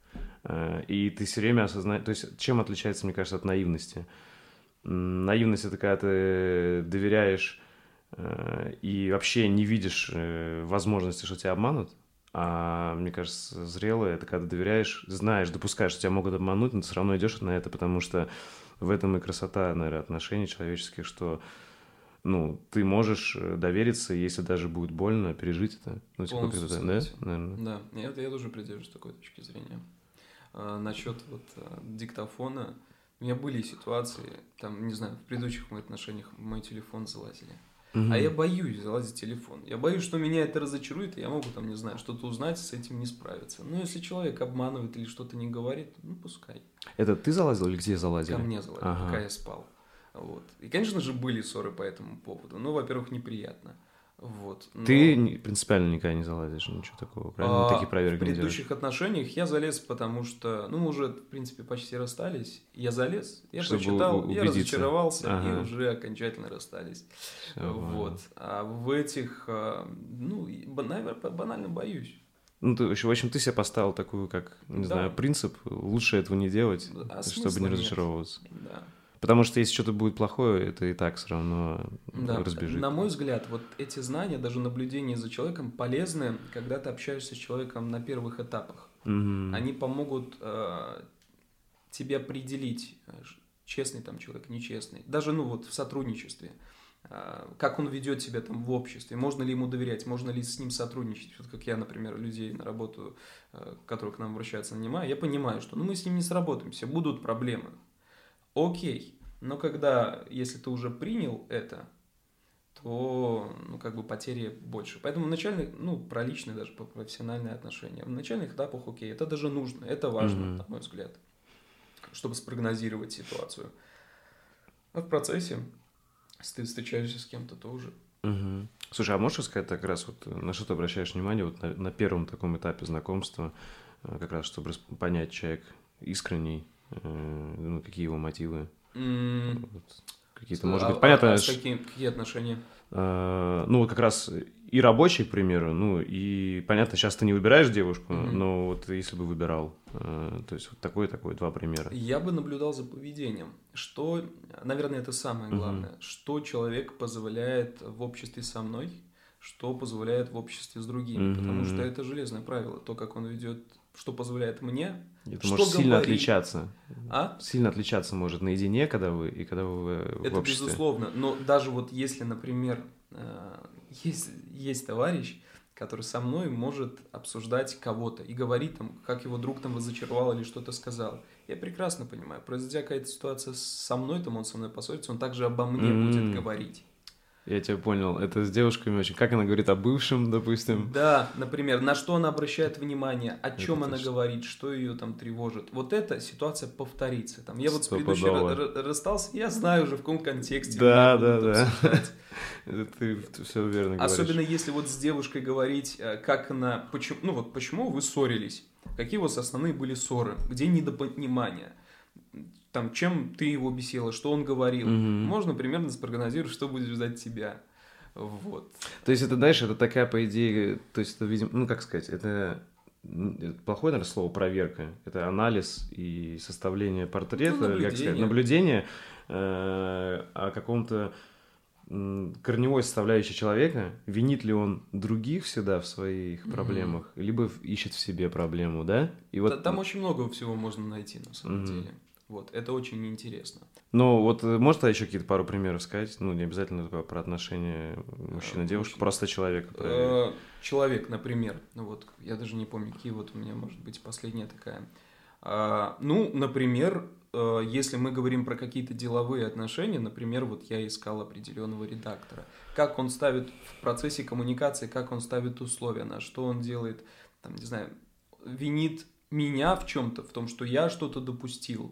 Speaker 1: и ты все время осознаешь... То есть, чем отличается, мне кажется, от наивности? Наивность — это когда ты доверяешь и вообще не видишь возможности, что тебя обманут. А мне кажется, зрелое — это когда доверяешь, знаешь, допускаешь, что тебя могут обмануть, но ты все равно идешь на это, потому что в этом и красота, наверное, отношений человеческих, что ну, ты можешь довериться, если даже будет больно, пережить это. Ну, типа,
Speaker 2: Полностью
Speaker 1: да?
Speaker 2: согласен.
Speaker 1: Наверное.
Speaker 2: Да, я тоже придерживаюсь такой точки зрения. Насчет вот диктофона, у меня были ситуации, там, не знаю, в предыдущих моих отношениях в мой телефон залазили. А я боюсь залазить в телефон. Я боюсь, что меня это разочарует, и я могу, там, не знаю, что-то узнать, с этим не справиться. Но если человек обманывает или что-то не говорит, ну, пускай.
Speaker 1: Это ты залазил или где залазили?
Speaker 2: Ко мне залазили, пока я спал. Вот. И, конечно же, были ссоры по этому поводу. Ну, во-первых, неприятно. Вот. Но...
Speaker 1: Ты принципиально никогда не залазишь, ничего такого, правильно? Такие проверки
Speaker 2: в предыдущих отношениях я залез, потому что, ну, мы уже, в принципе, почти расстались. Я залез, я прочитал, я разочаровался, и уже окончательно расстались. Вот. А в этих, ну, наверное, банально боюсь.
Speaker 1: Ну, в общем, ты себе поставил такую, как, не знаю, принцип, лучше этого не делать, чтобы не разочаровываться.
Speaker 2: Да.
Speaker 1: Потому что если что-то будет плохое, это и так все равно разбежит.
Speaker 2: На мой взгляд, вот эти знания, даже наблюдение за человеком полезны, когда ты общаешься с человеком на первых этапах. Они помогут тебе определить, честный там человек, нечестный. Даже, ну, вот в сотрудничестве. Как он ведет себя там в обществе, можно ли ему доверять, можно ли с ним сотрудничать. Вот как я, например, людей на работу, которые к нам обращаются, нанимаю, я понимаю, что ну, мы с ним не сработаемся, будут проблемы. Окей, но когда, если ты уже принял это, то, ну, как бы потери больше. Поэтому начальных, ну, про личные, даже про профессиональные отношения, в начальных этапах окей, это даже нужно, это важно, на мой взгляд, чтобы спрогнозировать ситуацию. А в процессе, если ты встречаешься с кем-то, то уже...
Speaker 1: Слушай, а можешь сказать как раз, вот, на что ты обращаешь внимание вот на первом таком этапе знакомства, как раз, чтобы понять, человек искренний, ну, какие его мотивы? какие-то, может быть, понятно...
Speaker 2: Какие отношения?
Speaker 1: Ну, как раз и рабочие, к примеру, ну, и, понятно, сейчас ты не выбираешь девушку, но вот если бы выбирал, то есть вот такой, два примера.
Speaker 2: Я бы наблюдал за поведением, что, наверное, это самое главное, что человек позволяет в обществе со мной, что позволяет в обществе с другими, потому что это железное правило, то, как он ведет, что позволяет мне,
Speaker 1: это
Speaker 2: что
Speaker 1: может сильно
Speaker 2: говорить.
Speaker 1: Отличаться.
Speaker 2: А?
Speaker 1: Сильно отличаться может наедине, когда вы в
Speaker 2: это
Speaker 1: обществе.
Speaker 2: Безусловно, но даже вот если, например, есть товарищ, который со мной может обсуждать кого-то и говорить, там, как его друг там разочаровал или что-то сказал. Я прекрасно понимаю, произойдя какая-то ситуация со мной, там он со мной поссорится, он также обо мне будет говорить.
Speaker 1: Я тебя понял. Это с девушками очень... Как она говорит о бывшем, допустим?
Speaker 2: Да, например, на что она обращает внимание, о чем она говорит, что ее там тревожит. Вот эта ситуация повторится. Там, я вот с предыдущей расстался, я знаю уже в каком контексте.
Speaker 1: Да. Ты все верно говоришь.
Speaker 2: Особенно если вот с девушкой говорить, как она... почему вы ссорились? Какие у вас основные были ссоры? Где недопонимание? Там, чем ты его бесила, что он говорил. Можно примерно спрогнозировать, что будет ждать тебя. Вот.
Speaker 1: То есть это, знаешь, это такая, по идее, то есть это, видимо, ну, как сказать, это плохое, наверное, слово проверка. Это анализ и составление портрета, как сказать, наблюдение о каком-то корневой составляющей человека, винит ли он других всегда в своих проблемах, либо ищет в себе проблему, да? И вот...
Speaker 2: Там очень много всего можно найти, на самом деле. Вот, это очень интересно.
Speaker 1: Ну, вот можешь еще какие-то пару примеров сказать? Ну, не обязательно про отношения мужчина-девушка, просто человека.
Speaker 2: Человек, например, вот, я даже не помню, какие вот у меня, может быть, последняя такая. Например, если мы говорим про какие-то деловые отношения, например, вот я искал определенного редактора. Как он ставит в процессе коммуникации, как он ставит условия, на что он делает, там, не знаю, винит меня в чем-то, в том, что я что-то допустил,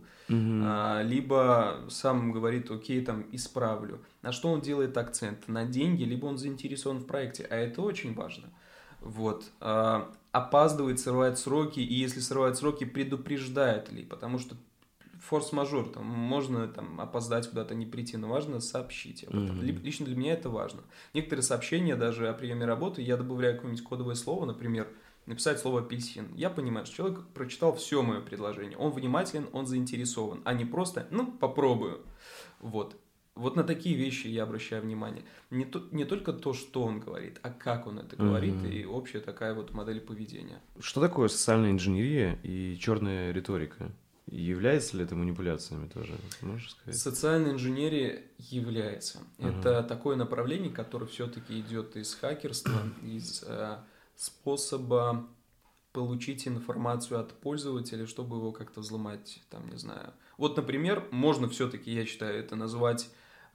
Speaker 2: либо сам говорит, окей, там, исправлю. На что он делает акцент? На деньги, либо он заинтересован в проекте, а это очень важно. Вот. Опаздывает, срывает сроки, и если срывает сроки, предупреждает ли, потому что форс-мажор, там, можно там, опоздать куда-то, не прийти, но важно сообщить об этом. Лично для меня это важно. Некоторые сообщения, даже о приеме работы, я добавляю какое-нибудь кодовое слово, например, написать слово «апельсин». Я понимаю, что человек прочитал все мое предложение. Он внимателен, он заинтересован, а не просто попробую. Вот. Вот на такие вещи я обращаю внимание. Не только то, что он говорит, а как он это говорит, и общая такая вот модель поведения.
Speaker 1: Что такое социальная инженерия и черная риторика? Является ли это манипуляциями тоже, можешь сказать?
Speaker 2: Социальная инженерия является. Это такое направление, которое все-таки идет из хакерства, из способа получить информацию от пользователя, чтобы его как-то взломать, там, не знаю. Вот, например, можно все-таки, я считаю, это назвать,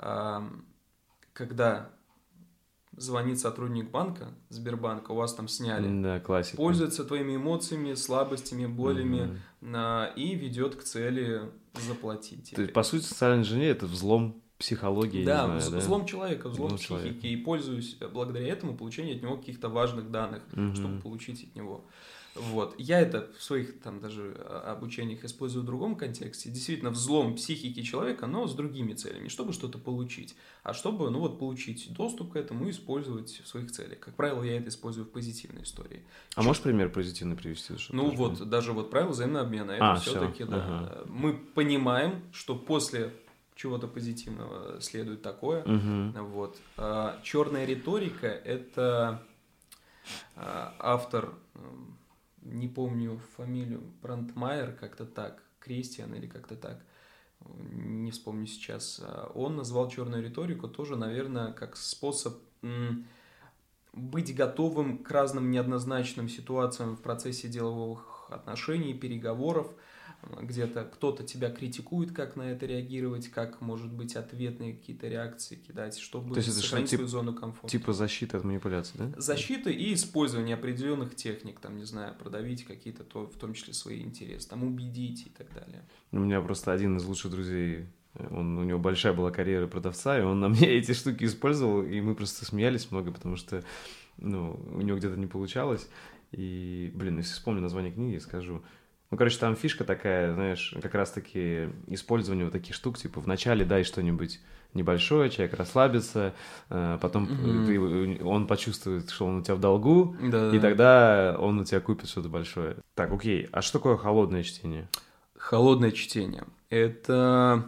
Speaker 2: когда звонит сотрудник банка, Сбербанка, у вас там сняли,
Speaker 1: да, классика.
Speaker 2: Пользуется твоими эмоциями, слабостями, болями и ведет к цели заплатить.
Speaker 1: То есть, по сути, социальная инженерия – это взлом психологии.
Speaker 2: Да, взлом человека, взлом психики. И пользуюсь благодаря этому получению от него каких-то важных данных, чтобы получить от него. Вот. Я это в своих там даже обучениях использую в другом контексте. Действительно, взлом психики человека, но с другими целями. Не чтобы что-то получить, а чтобы получить доступ к этому и использовать в своих целях. Как правило, я это использую в позитивной истории.
Speaker 1: А можешь пример позитивный привести?
Speaker 2: Даже правило взаимного обмена. Это все-таки, да. Мы понимаем, что после чего-то позитивного следует такое. Вот. Черная риторика – это автор... Не помню фамилию, Брандмайер, как-то так, Кристиан или как-то так, не вспомню сейчас. Он назвал черную риторику тоже, наверное, как способ быть готовым к разным неоднозначным ситуациям в процессе деловых отношений, переговоров. Где-то кто-то тебя критикует, как на это реагировать, как, может быть, ответные какие-то реакции кидать, чтобы сохранить свою зону комфорта.
Speaker 1: Типа защиты от манипуляций, да?
Speaker 2: Защита и использование определенных техник, там, не знаю, продавить какие-то, в том числе, свои интересы, там, убедить и так далее.
Speaker 1: У меня просто один из лучших друзей, у него большая была карьера продавца, и он на мне эти штуки использовал, и мы просто смеялись много, потому что, у него где-то не получалось. И, если вспомню название книги, скажу. Ну, короче, там фишка такая, знаешь, как раз-таки использование вот таких штук, типа вначале дай что-нибудь небольшое, человек расслабится, потом он почувствует, что он у тебя в долгу, и тогда он у тебя купит что-то большое. Так, окей, а что такое холодное чтение?
Speaker 2: Холодное чтение – это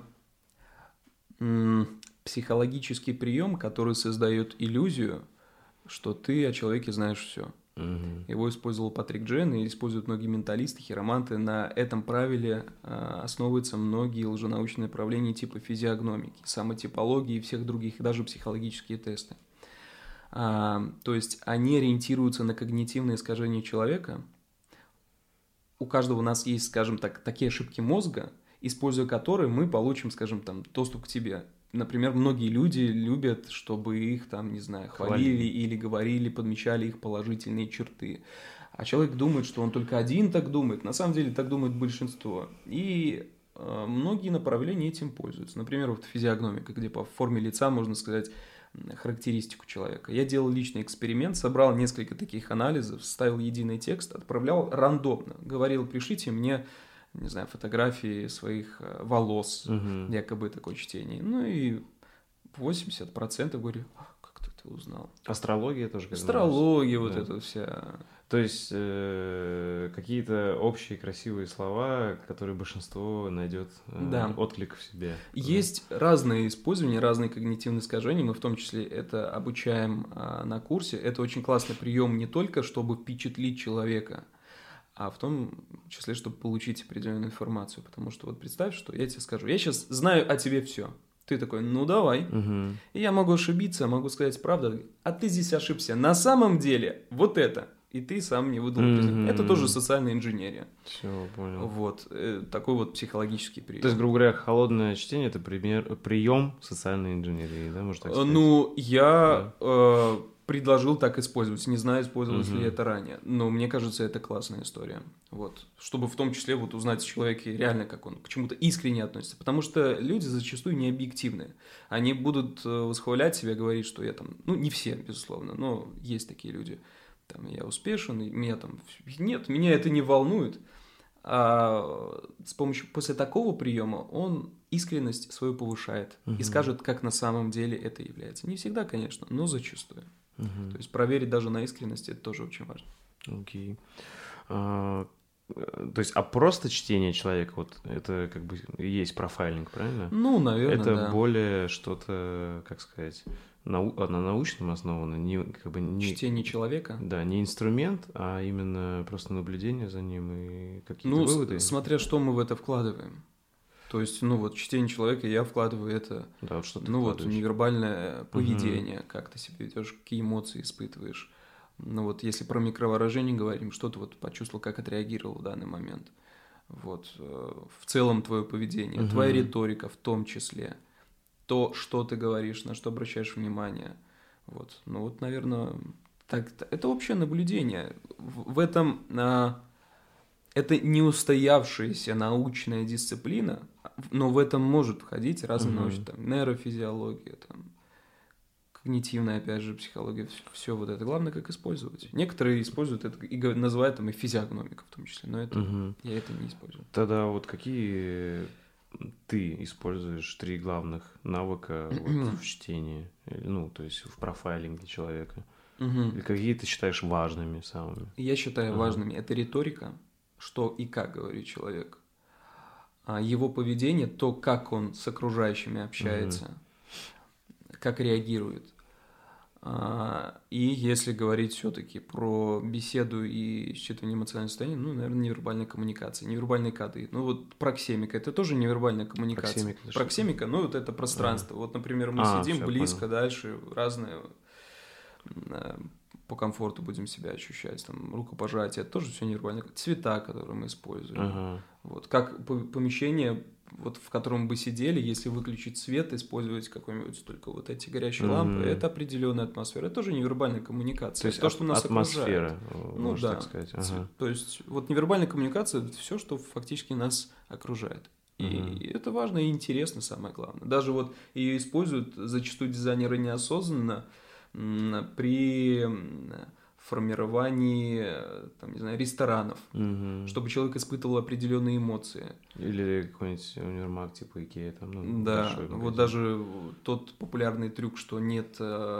Speaker 2: психологический прием, который создает иллюзию, что ты о человеке знаешь все. Его использовал Патрик Джен и используют многие менталисты, хироманты. На этом правиле основываются многие лженаучные направления типа физиогномики, самотипологии и всех других, и даже психологические тесты. То есть они ориентируются на когнитивные искажения человека. У каждого у нас есть, скажем так, такие ошибки мозга, используя которые мы получим, скажем, там, доступ к тебе. Например, многие люди любят, чтобы их, там, не знаю, хвалили или говорили, подмечали их положительные черты. А человек думает, что он только один так думает. На самом деле так думает большинство. И многие направления этим пользуются. Например, вот физиогномика, где по форме лица можно сказать характеристику человека. Я делал личный эксперимент, собрал несколько таких анализов, ставил единый текст, отправлял рандомно. Говорил, пришлите мне, не знаю, фотографии своих волос, якобы такое чтение. Ну и 80% говорю, как ты узнал?
Speaker 1: Астрология тоже?
Speaker 2: Астрология, вот эта вся...
Speaker 1: То есть какие-то общие красивые слова, которые большинство найдет отклик в себе.
Speaker 2: Есть разные использования, разные когнитивные искажения, мы в том числе это обучаем на курсе. Это очень классный прием не только, чтобы впечатлить человека, а в том числе, чтобы получить определенную информацию. Потому что вот представь, что я тебе скажу, я сейчас знаю о тебе все. Ты такой, ну давай. И я могу ошибиться, могу сказать правду, а ты здесь ошибся. На самом деле вот это. И ты сам не выдал. Это тоже социальная инженерия.
Speaker 1: Все, понял.
Speaker 2: Вот. Такой вот психологический прием.
Speaker 1: То есть, грубо говоря, холодное чтение – это прием социальной инженерии, да, можно так сказать?
Speaker 2: Ну, я предложил так использовать. Не знаю, использовалось ли это ранее. Но мне кажется, это классная история. Вот. Чтобы в том числе вот узнать о человеке реально, как он к чему-то искренне относится. Потому что люди зачастую не объективны. Они будут восхвалять себя, говорить, что я там... Ну, не все, безусловно, но есть такие люди. Там, я успешен, и меня там... Нет, меня это не волнует. А после такого приема он искренность свою повышает и скажет, как на самом деле это является. Не всегда, конечно, но зачастую. То есть проверить даже на искренность это тоже очень важно.
Speaker 1: Окей. То есть, а просто чтение человека, вот это как бы и есть профайлинг, правильно?
Speaker 2: Ну, наверное,
Speaker 1: это более что-то, как сказать... на научном основано,
Speaker 2: чтение человека?
Speaker 1: Да, не инструмент, а именно просто наблюдение за ним и какие-то выводы.
Speaker 2: Смотря что мы в это вкладываем. То есть, чтение человека, я вкладываю это,
Speaker 1: да, вот что ты
Speaker 2: невербальное поведение, как ты себя ведешь, какие эмоции испытываешь. Если про микровыражение говорим, что ты почувствовал, как отреагировал в данный момент. В целом твое поведение, твоя риторика в том числе. То, что ты говоришь, на что обращаешь внимание. Наверное, так, это общее наблюдение. В этом это не устоявшаяся научная дисциплина, но в этом может входить разные научные, нейрофизиология, когнитивная, опять же, психология, все вот это. Главное, как использовать. Некоторые используют это и называют и физиогномика в том числе, но я это не использую.
Speaker 1: Тогда какие... ты используешь 3 главных навыка в чтении, то есть в профайлинге человека? Или какие ты считаешь важными самыми?
Speaker 2: Я считаю важными. Это риторика, что и как говорит человек. Его поведение, то, как он с окружающими общается, как реагирует. И если говорить все-таки про беседу и считывание эмоционального состояния, наверное, невербальная коммуникация, невербальные коды. Проксемика – это тоже невербальная коммуникация. Проксемика, это пространство. Например, мы сидим близко, дальше, разные, по комфорту будем себя ощущать, рукопожатие, это тоже все невербальные цвета, которые мы используем. Как помещение, в котором бы сидели, если выключить свет, использовать какой-нибудь только эти горящие лампы, это определенная атмосфера. Это тоже невербальная коммуникация.
Speaker 1: То есть
Speaker 2: то, что нас
Speaker 1: атмосфера,
Speaker 2: окружает.
Speaker 1: можно так сказать.
Speaker 2: То есть невербальная коммуникация – это все, что фактически нас окружает. И это важно и интересно, самое главное. Даже ее используют зачастую дизайнеры неосознанно формировании, там, не знаю, ресторанов, чтобы человек испытывал определенные эмоции.
Speaker 1: Или какой-нибудь универмаг типа Икея. Там, ну,
Speaker 2: да, вот даже тот популярный трюк, что нет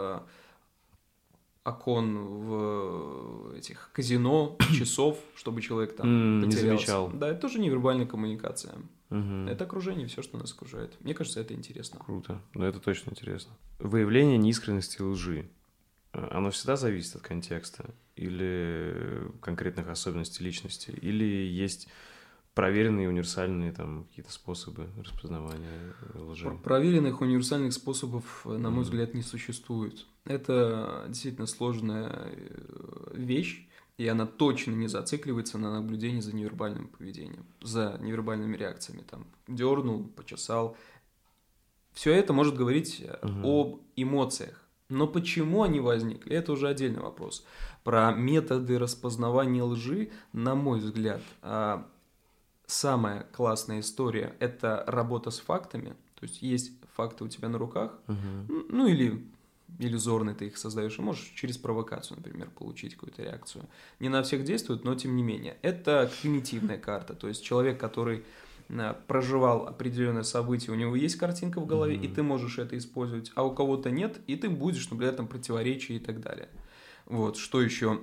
Speaker 2: окон в этих казино, часов, чтобы человек там
Speaker 1: не
Speaker 2: потерялся.
Speaker 1: замечал.
Speaker 2: Да, это тоже невербальная коммуникация. Это окружение, все, что нас окружает. Мне кажется, это интересно.
Speaker 1: Круто, но это точно интересно. Выявление неискренности и лжи. Оно всегда зависит от контекста или конкретных особенностей личности, или есть проверенные универсальные там какие-то способы распознавания лжи?
Speaker 2: Проверенных универсальных способов, на мой взгляд, не существует. Это действительно сложная вещь, и она точно не зацикливается на наблюдении за невербальным поведением, за невербальными реакциями. Там дернул, почесал. Все это может говорить об эмоциях. Но почему они возникли, это уже отдельный вопрос. Про методы распознавания лжи, на мой взгляд, самая классная история – это работа с фактами. То есть факты у тебя на руках, ну или иллюзорно ты их создаешь, и можешь через провокацию, например, получить какую-то реакцию. Не на всех действует, но тем не менее. Это когнитивная карта, то есть человек, который проживал определенное событие, у него есть картинка в голове, и ты можешь это использовать, а у кого-то нет, и ты будешь наблюдать там противоречия и так далее. Вот, что еще?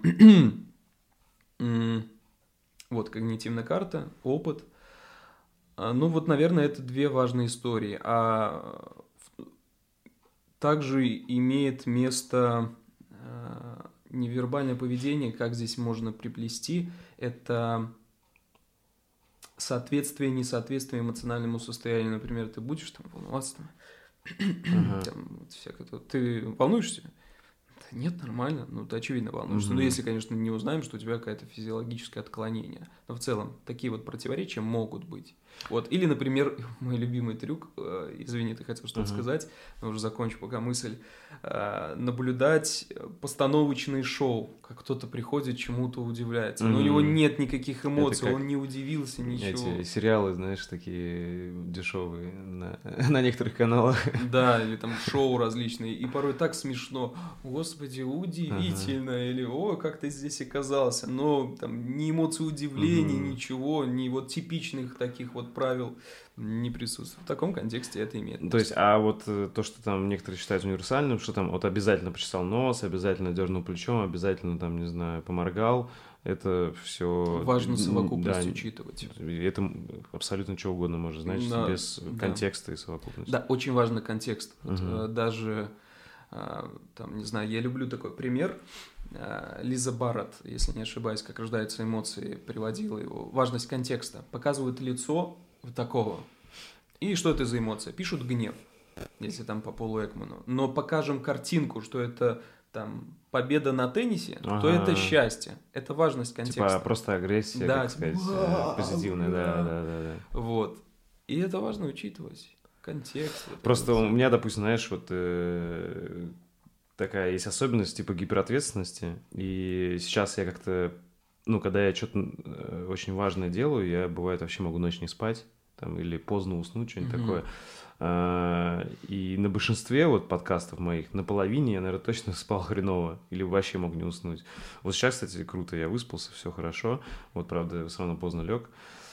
Speaker 2: Вот, когнитивная карта, опыт. Ну вот, наверное, это две важные истории. А также имеет место невербальное поведение, как здесь можно приплести, это соответствие, несоответствие эмоциональному состоянию. Например, ты будешь там волноваться, ты волнуешься? Да нет, нормально, ну ты очевидно волнуешься. Ну если, конечно, не узнаем, что у тебя какое-то физиологическое отклонение. Но в целом такие вот противоречия могут быть. Вот. Или, например, мой любимый трюк, извини, ты хотел что-то сказать, но уже закончу пока мысль, наблюдать постановочные шоу, как кто-то приходит, чему-то удивляется, но у него нет никаких эмоций, он не удивился, ничего.
Speaker 1: Эти сериалы, знаешь, такие дешевые на некоторых каналах.
Speaker 2: Да, или там шоу различные, и порой так смешно, господи, удивительно, или о, как ты здесь оказался, но там ни эмоций удивления, ничего, ни вот типичных таких вот правил не присутствует. В таком контексте это имеет место.
Speaker 1: То есть, а вот то, что там некоторые считают универсальным, что там вот обязательно почесал нос, обязательно дернул плечом, обязательно там, не знаю, поморгал, это все...
Speaker 2: Важно совокупность учитывать.
Speaker 1: Это абсолютно что угодно может значить, без контекста и совокупности.
Speaker 2: Да, очень важный контекст. Вот, даже, там, не знаю, я люблю такой пример. Лиза Барретт, если не ошибаюсь, как рождаются эмоции, приводила его. Важность контекста. Показывают лицо вот такого. И что это за эмоция? Пишут гнев, если там по Полу Экману. Но покажем картинку, что это там победа на теннисе, то это счастье. Это важность контекста.
Speaker 1: Типа просто агрессия,
Speaker 2: да,
Speaker 1: как сказать, позитивная, да.
Speaker 2: Вот. И это важно учитывать. Контекст.
Speaker 1: Просто у меня, допустим, знаешь, вот такая есть особенность типа гиперответственности. И сейчас я как-то, ну, когда я что-то очень важное делаю, я, бывает, вообще могу ночь не спать, там, или поздно уснуть, что-нибудь такое. И на большинстве вот подкастов моих, на половине я, наверное, точно спал хреново, или вообще мог не уснуть. Вот сейчас, кстати, круто, я выспался, все хорошо, вот, правда, все равно поздно лег.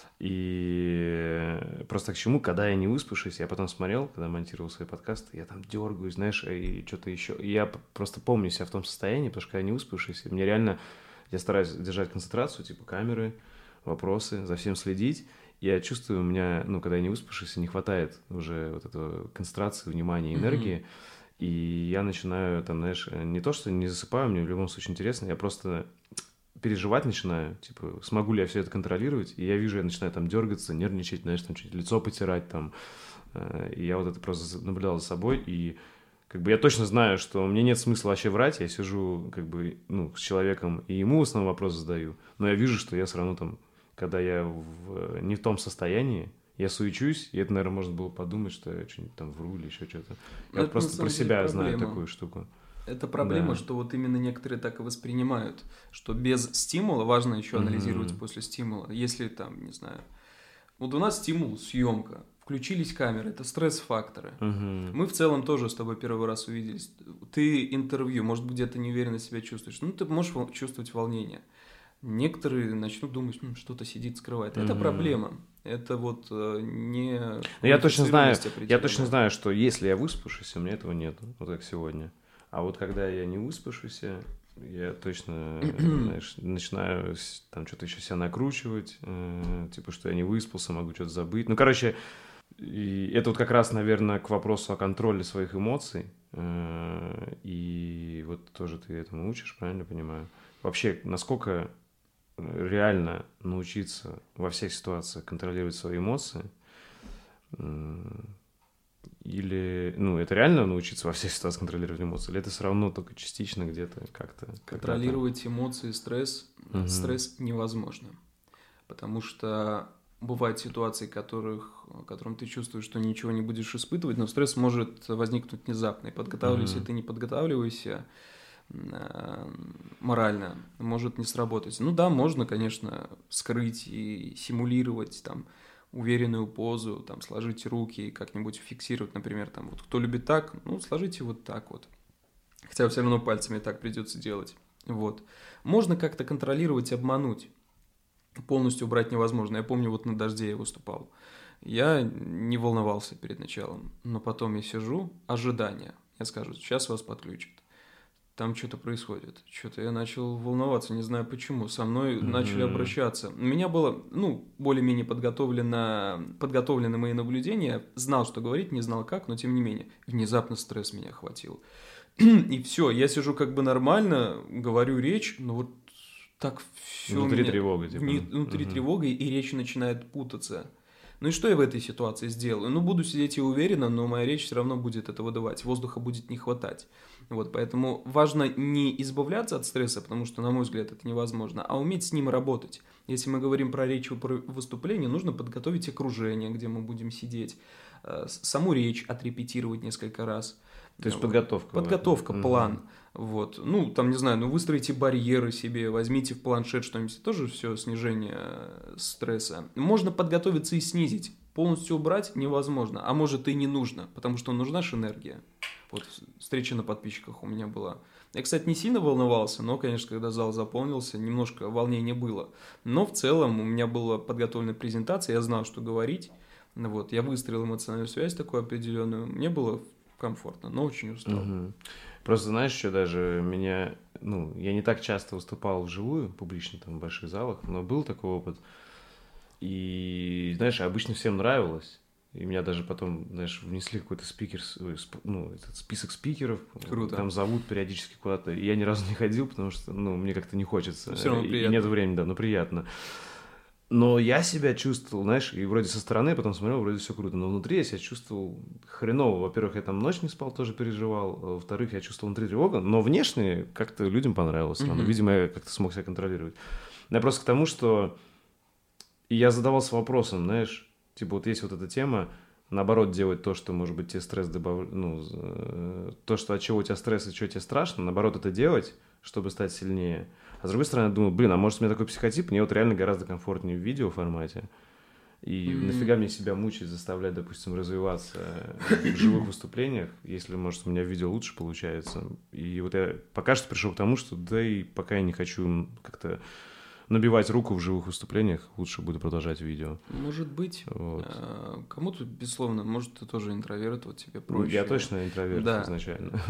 Speaker 1: И просто к чему, когда я не выспавшись, я потом смотрел, когда монтировал свои подкасты, я там дергаюсь, знаешь, и что-то еще. И я просто помню себя в том состоянии, потому что когда я не выспавшись, мне реально, я стараюсь держать концентрацию, типа камеры, вопросы, за всем следить. Я чувствую, у меня, ну, когда я не выспавшийся, не хватает уже вот этого концентрации, внимания, энергии. И я начинаю, там, знаешь, не то, что не засыпаю, мне в любом случае интересно, я просто переживать начинаю, типа, смогу ли я все это контролировать, и я вижу, я начинаю там дергаться, нервничать, знаешь, там чуть лицо потирать там, и я вот это просто наблюдал за собой, и как бы я точно знаю, что мне нет смысла вообще врать, я сижу, как бы, ну, с человеком, и ему в основном вопрос задаю, но я вижу, что я все равно там, когда я не в том состоянии, я суечусь, и это, наверное, можно было подумать, что я что-нибудь там вру или еще что-то. Я вот просто про себя знаю такую штуку.
Speaker 2: Это проблема, что вот именно некоторые так и воспринимают, что без стимула, важно еще анализировать после стимула, если там, не знаю, вот у нас стимул съемка, включились камеры, это стресс-факторы.
Speaker 1: Мгм.
Speaker 2: Мы в целом тоже с тобой первый раз увиделись. Ты интервью, может быть, где-то неуверенно себя чувствуешь. Ну, ты можешь чувствовать волнение. Некоторые начнут думать, что-то сидит, скрывает. Это
Speaker 1: Мгм.
Speaker 2: проблема. Это вот не
Speaker 1: Но я точно знаю,
Speaker 2: квалифицированность определенная.
Speaker 1: что если я выспавшийся, у меня этого нет, вот как сегодня. А вот когда я не выспавшийся, я точно, знаешь, начинаю там что-то еще себя накручивать, типа, что я не выспался, могу что-то забыть. Ну, короче, и это вот как раз, наверное, к вопросу о контроле своих эмоций. И вот тоже ты этому учишь, правильно понимаю? Вообще, насколько реально научиться во всех ситуациях контролировать свои эмоции? Или, это реально научиться во всех ситуациях контролировать эмоции? Или это все равно только частично где-то как-то?
Speaker 2: Контролировать эмоции, стресс,
Speaker 1: Мгм.
Speaker 2: стресс невозможно. Потому что бывают ситуации, которым ты чувствуешь, что ничего не будешь испытывать, но стресс может возникнуть внезапно. И подготавливайся,
Speaker 1: Мгм.
Speaker 2: ты не подготавливайся морально, может не сработать. Ну да, можно, конечно, скрыть и симулировать там уверенную позу, там сложить руки и как-нибудь фиксировать, например, там вот кто любит так, сложите вот так вот. Хотя все равно пальцами так придется делать. Вот. Можно как-то контролировать, обмануть. Полностью убрать невозможно. Я помню, вот на «Дожде» я выступал. Я не волновался перед началом, но потом я сижу, ожидание. Я скажу, сейчас вас подключат. Там что-то происходит. Что-то я начал волноваться, не знаю почему. Со мной начали
Speaker 1: Мгм.
Speaker 2: обращаться. У меня было, более-менее подготовлены мои наблюдения. Знал, что говорить, не знал как, но тем не менее. Внезапно стресс меня охватил. И все, я сижу как бы нормально, говорю речь, но вот так все
Speaker 1: Внутри
Speaker 2: меня...
Speaker 1: тревога, типа.
Speaker 2: Внутри
Speaker 1: Мгм.
Speaker 2: тревога, и речь начинает путаться. Ну и что я в этой ситуации сделаю? Буду сидеть и уверенно, но моя речь все равно будет это выдавать, воздуха будет не хватать. Вот, поэтому важно не избавляться от стресса, потому что, на мой взгляд, это невозможно, а уметь с ним работать. Если мы говорим про речь и про выступление, нужно подготовить окружение, где мы будем сидеть, саму речь отрепетировать несколько раз.
Speaker 1: То есть подготовка.
Speaker 2: Подготовка,
Speaker 1: Мгм.
Speaker 2: план. Вот. Там, не знаю, выстроите барьеры себе, возьмите в планшет что-нибудь. Тоже все снижение стресса. Можно подготовиться и снизить. Полностью убрать невозможно. А может и не нужно, потому что нужна же энергия. Вот встреча на подписчиках у меня была. Я, кстати, не сильно волновался, но, конечно, когда зал заполнился, немножко волнения было. Но в целом у меня была подготовлена презентация, я знал, что говорить. Вот, я выстроил эмоциональную связь такую определенную. Мне было комфортно, но очень устал.
Speaker 1: Мгм. Просто знаешь, что даже меня, я не так часто выступал вживую, публично, там, в больших залах, но был такой опыт. И, знаешь, обычно всем нравилось. И меня даже потом, знаешь, внесли какой-то этот список спикеров.
Speaker 2: Круто.
Speaker 1: Там зовут периодически куда-то. И я ни разу не ходил, потому что, мне как-то не хочется.
Speaker 2: Все равно
Speaker 1: И
Speaker 2: приятно.
Speaker 1: нет времени, да, но приятно. Но я себя чувствовал, знаешь, и вроде со стороны, потом смотрел, вроде все круто, но внутри я себя чувствовал хреново. Во-первых, я там ночь не спал, тоже переживал. Во-вторых, я чувствовал внутри тревогу, но внешне как-то людям понравилось.
Speaker 2: Мгм.
Speaker 1: Видимо, я как-то смог себя контролировать. Но я просто к тому, что и я задавался вопросом, знаешь, типа вот есть вот эта тема, наоборот, делать то, что, может быть, тебе стресс добавляет, то, что от чего у тебя стресс и чего тебе страшно, наоборот, это делать, чтобы стать сильнее. А с другой стороны, я думаю, а может, у меня такой психотип, мне вот реально гораздо комфортнее в видео формате. И нафига мне себя мучить, заставлять, допустим, развиваться в живых выступлениях, если, может, у меня видео лучше получается. И вот я пока что пришел к тому, что да и пока я не хочу как-то набивать руку в живых выступлениях, лучше буду продолжать видео.
Speaker 2: Может быть.
Speaker 1: Вот.
Speaker 2: Кому-то, безусловно, может, ты тоже интроверт, вот тебе проще.
Speaker 1: Я точно интроверт
Speaker 2: Да.
Speaker 1: изначально.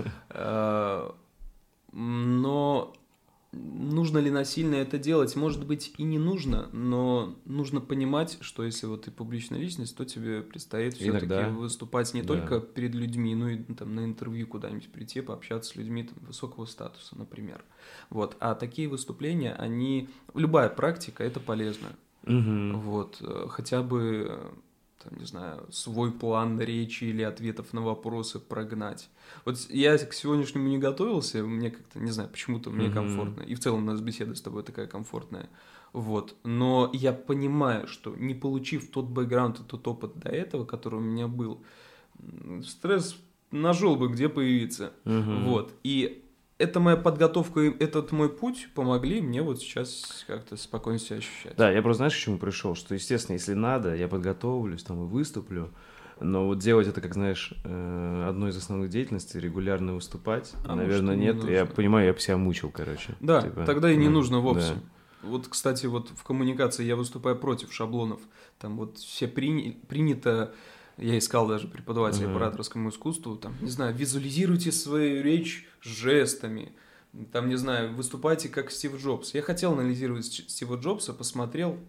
Speaker 2: Но нужно ли насильно это делать? Может быть, и не нужно, но нужно понимать, что если вот ты публичная личность, то тебе предстоит все-таки
Speaker 1: Иногда.
Speaker 2: выступать не
Speaker 1: Да.
Speaker 2: только перед людьми, но и там на интервью куда-нибудь прийти, пообщаться с людьми там, высокого статуса, например. Вот. А такие выступления, любая практика, это полезно.
Speaker 1: Мгм.
Speaker 2: Вот. Хотя бы, там, не знаю, свой план речи или ответов на вопросы прогнать. Вот я к сегодняшнему не готовился, мне как-то, не знаю, почему-то мне комфортно. И в целом у нас беседа с тобой такая комфортная. Вот. Но я понимаю, что не получив тот бэкграунд и тот опыт до этого, который у меня был, стресс нашел бы, где появиться.
Speaker 1: Мгм.
Speaker 2: Вот. И эта моя подготовка и этот мой путь помогли мне вот сейчас как-то спокойно себя ощущать.
Speaker 1: Да, я просто, знаешь, к чему пришел? Что, естественно, если надо, я подготовлюсь там и выступлю, но вот делать это, как знаешь, одной из основных деятельностей, регулярно выступать, наверное,
Speaker 2: может,
Speaker 1: нет.
Speaker 2: не
Speaker 1: Я
Speaker 2: нужно.
Speaker 1: понимаю, я бы себя мучил, короче.
Speaker 2: Да,
Speaker 1: Типа,
Speaker 2: тогда и не нужно вовсе.
Speaker 1: Да.
Speaker 2: Вот, кстати, вот в коммуникации я выступаю против шаблонов. Там вот все принято, я искал даже преподавателя по ораторскому искусству, там, не знаю, визуализируйте свою речь жестами, там, не знаю, выступайте как Стив Джобс. Я хотел анализировать Стива Джобса, посмотрел,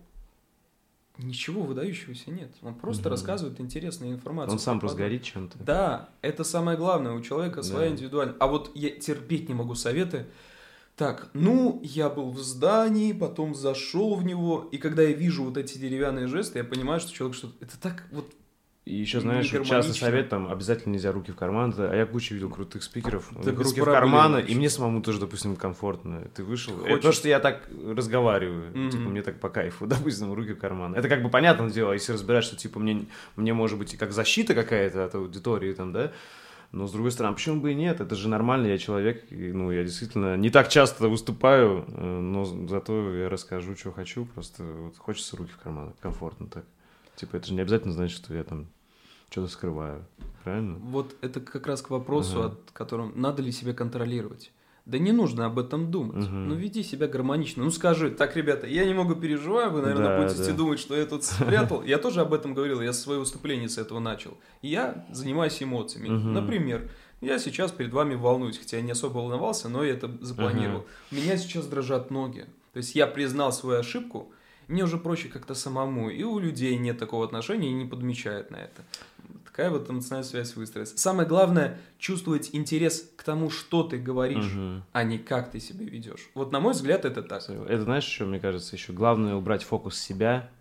Speaker 2: ничего выдающегося нет. Он просто рассказывает интересную информацию.
Speaker 1: Он сам просто горит чем-то.
Speaker 2: Да, это самое главное, у человека своя индивидуальность. А вот я терпеть не могу советы. Так, ну, я был в здании, потом зашел в него, и когда я вижу вот эти деревянные жесты, я понимаю, что человек что-то... Это так вот...
Speaker 1: И еще, знаешь, часто совет, там, обязательно нельзя руки в карман, а я кучу видел крутых спикеров,
Speaker 2: да
Speaker 1: руки в карманы, и мне самому тоже, допустим, комфортно. Ты вышел, это то, что я так разговариваю, типа, мне так по кайфу, допустим, руки в карман. Это как бы понятное дело, если разбирать, что, типа, мне может быть и как защита какая-то от аудитории, там, да, но, с другой стороны, почему бы и нет? Это же нормально, я человек, и, ну, я действительно не так часто выступаю, но зато я расскажу, что хочу, просто вот хочется руки в карман, комфортно так. Типа, это же не обязательно значит, что я там что-то скрываю, правильно?
Speaker 2: Вот это как раз к вопросу, от котором надо ли себя контролировать. Да не нужно об этом думать. Ну, веди себя гармонично. Ну, скажи, так, ребята, я немного переживаю, вы, наверное, будете думать, что я тут спрятал. Я тоже об этом говорил, я свое выступление с этого начал. И я занимаюсь эмоциями. Например, я сейчас перед вами волнуюсь, хотя я не особо волновался, но я это запланировал. У меня сейчас дрожат ноги. То есть я признал свою ошибку, мне уже проще как-то самому, и у людей нет такого отношения и не подмечают на это. Такая вот эмоциональная связь выстроится. Самое главное – чувствовать интерес к тому, что ты говоришь, а не как ты себя ведешь. Вот, на мой взгляд, это так.
Speaker 1: Это, знаешь, что, мне кажется, еще главное убрать фокус себя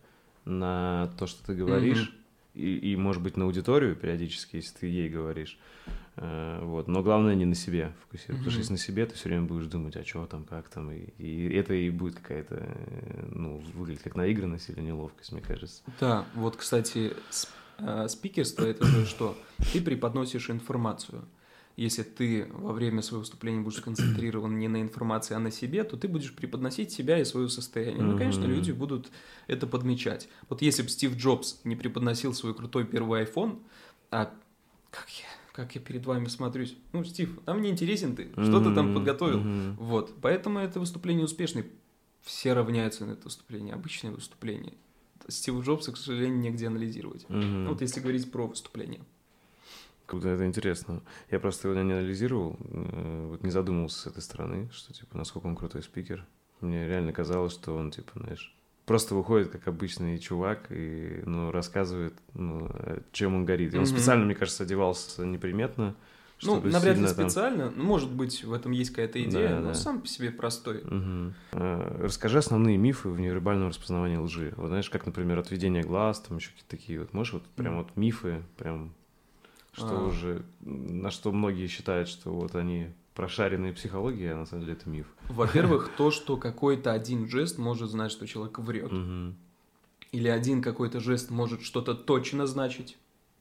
Speaker 1: на то, что ты говоришь, и, может быть, на аудиторию периодически, если ты ей говоришь. Вот. Но главное не на себе фокусироваться, потому что если на себе, ты все время будешь думать, а что там, как там, и это и будет какая-то, ну, выглядит как наигранность или неловкость, мне кажется.
Speaker 2: Да, вот, кстати, спикерство – это же что? Ты преподносишь информацию. Если ты во время своего выступления будешь сконцентрирован не на информации, а на себе, то ты будешь преподносить себя и свое состояние. Ну, конечно, люди будут это подмечать. Вот если бы Стив Джобс не преподносил свой крутой первый iPhone, а как я перед вами смотрюсь. Ну, Стив, нам не интересен ты, что ты там подготовил. Вот, поэтому это выступление успешное. Все равняются на это выступление, обычное выступление. Стива Джобса, к сожалению, негде анализировать. Ну, вот если говорить про выступление.
Speaker 1: Круто, это интересно. Я просто его не анализировал, вот не задумывался с этой стороны, что, типа, насколько он крутой спикер. Мне реально казалось, что он, типа, знаешь, просто выходит как обычный чувак и, ну, рассказывает, ну, чем он горит. И он специально, мне кажется, одевался неприметно, чтобы
Speaker 2: навряд ли
Speaker 1: сильно
Speaker 2: специально. Ну, может быть, в этом есть какая-то идея, но сам по себе простой.
Speaker 1: Расскажи основные мифы в невербальном распознавании лжи. Вот знаешь, как, например, отведение глаз, там еще какие-то такие вот. Можешь вот прям вот мифы, прям, что уже, на что многие считают, что вот они прошаренные психологии, а на самом деле это миф.
Speaker 2: Во-первых, то, что какой-то один жест может значить, что человек врет. Или один какой-то жест может что-то точно значить.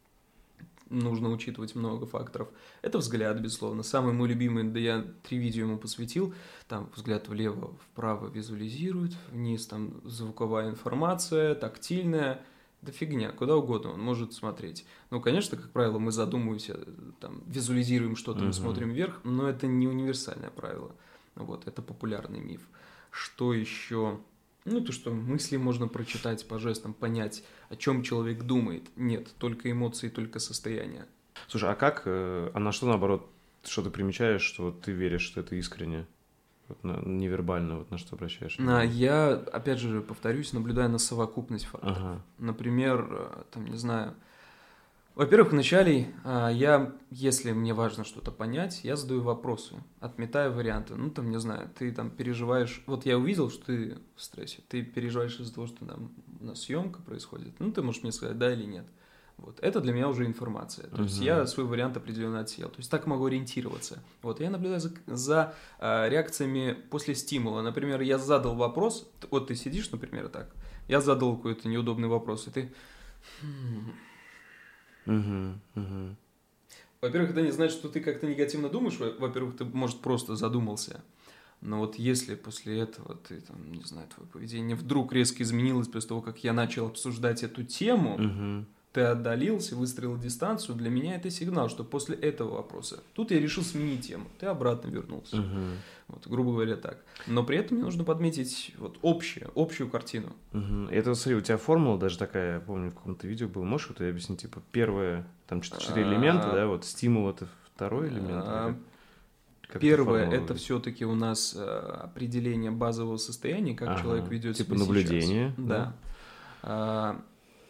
Speaker 2: Нужно учитывать много факторов. Это взгляд, безусловно. Самый мой любимый, да я 3 видео ему посвятил. Там взгляд влево, вправо визуализирует, вниз там звуковая информация, тактильная. Да фигня, куда угодно он может смотреть. Ну, конечно, как правило, мы задумываемся, там, визуализируем что-то, мы смотрим вверх, но это не универсальное правило. Вот, это популярный миф. Что еще? Ну, то, что мысли можно прочитать по жестам, понять, о чем человек думает. Нет, только эмоции, только состояние.
Speaker 1: Слушай, а на что, наоборот, что ты примечаешь, что ты веришь, что это искренне? Вот невербально, вот на что обращаешь?
Speaker 2: Я, опять же, повторюсь, наблюдаю на совокупность факторов. Например, там, не знаю... Во-первых, вначале если мне важно что-то понять, я задаю вопросы, отметаю варианты. Ну, там, не знаю, ты там переживаешь... Вот я увидел, что ты в стрессе, ты переживаешь из-за того, что там у нас съемка происходит. Ну, ты можешь мне сказать, да или нет. Вот. Это для меня уже информация. То есть я свой вариант определенно отсеял. То есть так могу ориентироваться. Вот. Я наблюдаю за реакциями после стимула. Например, я задал вопрос, вот ты сидишь, например, так, я задал какой-то неудобный вопрос, и ты... Во-первых, это не значит, что ты как-то негативно думаешь. Во-первых, ты, может, просто задумался. Но вот если после этого ты, там, не знаю, твое поведение вдруг резко изменилось после того, как я начал обсуждать эту тему, ты отдалился, выстроил дистанцию, для меня это сигнал, что после этого вопроса тут я решил сменить тему, ты обратно вернулся. Вот, грубо говоря, так. Но при этом мне нужно подметить вот общую картину.
Speaker 1: Это, смотри, у тебя формула даже такая, я помню, в каком-то видео был, можешь вот объяснить, типа, первое, там 4 элемента, да, вот стимул это второй элемент?
Speaker 2: Первое, это все-таки у нас определение базового состояния, как человек ведет себя сейчас.
Speaker 1: Типа наблюдение.
Speaker 2: Да.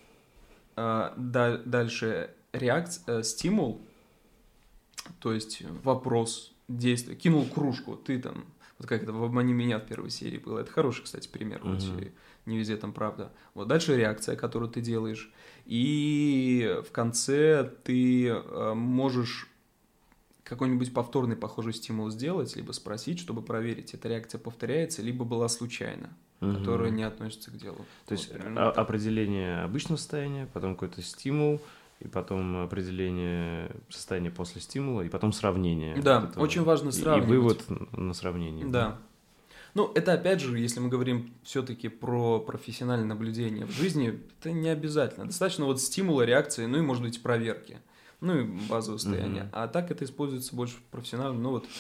Speaker 2: Дальше стимул, то есть вопрос, действие. Кинул кружку, ты там, вот как это в «Обмани меня» в первой серии было. Это хороший, кстати, пример, хоть и не везде там правда. Вот дальше реакция, которую ты делаешь. И в конце ты можешь какой-нибудь повторный похожий стимул сделать, либо спросить, чтобы проверить, эта реакция повторяется, либо была случайна, которая не относится к делу.
Speaker 1: То есть определение обычного состояния, потом какой-то стимул, и потом определение состояния после стимула, и потом сравнение.
Speaker 2: Да, вот очень важно сравнивать.
Speaker 1: И вывод на сравнение.
Speaker 2: Да. Ну, это опять же, если мы говорим все-таки про профессиональное наблюдение в жизни, это не обязательно. Достаточно вот стимула, реакции, ну и, может быть, проверки. Ну и базовое состояние. А так это используется больше профессионально, ну вот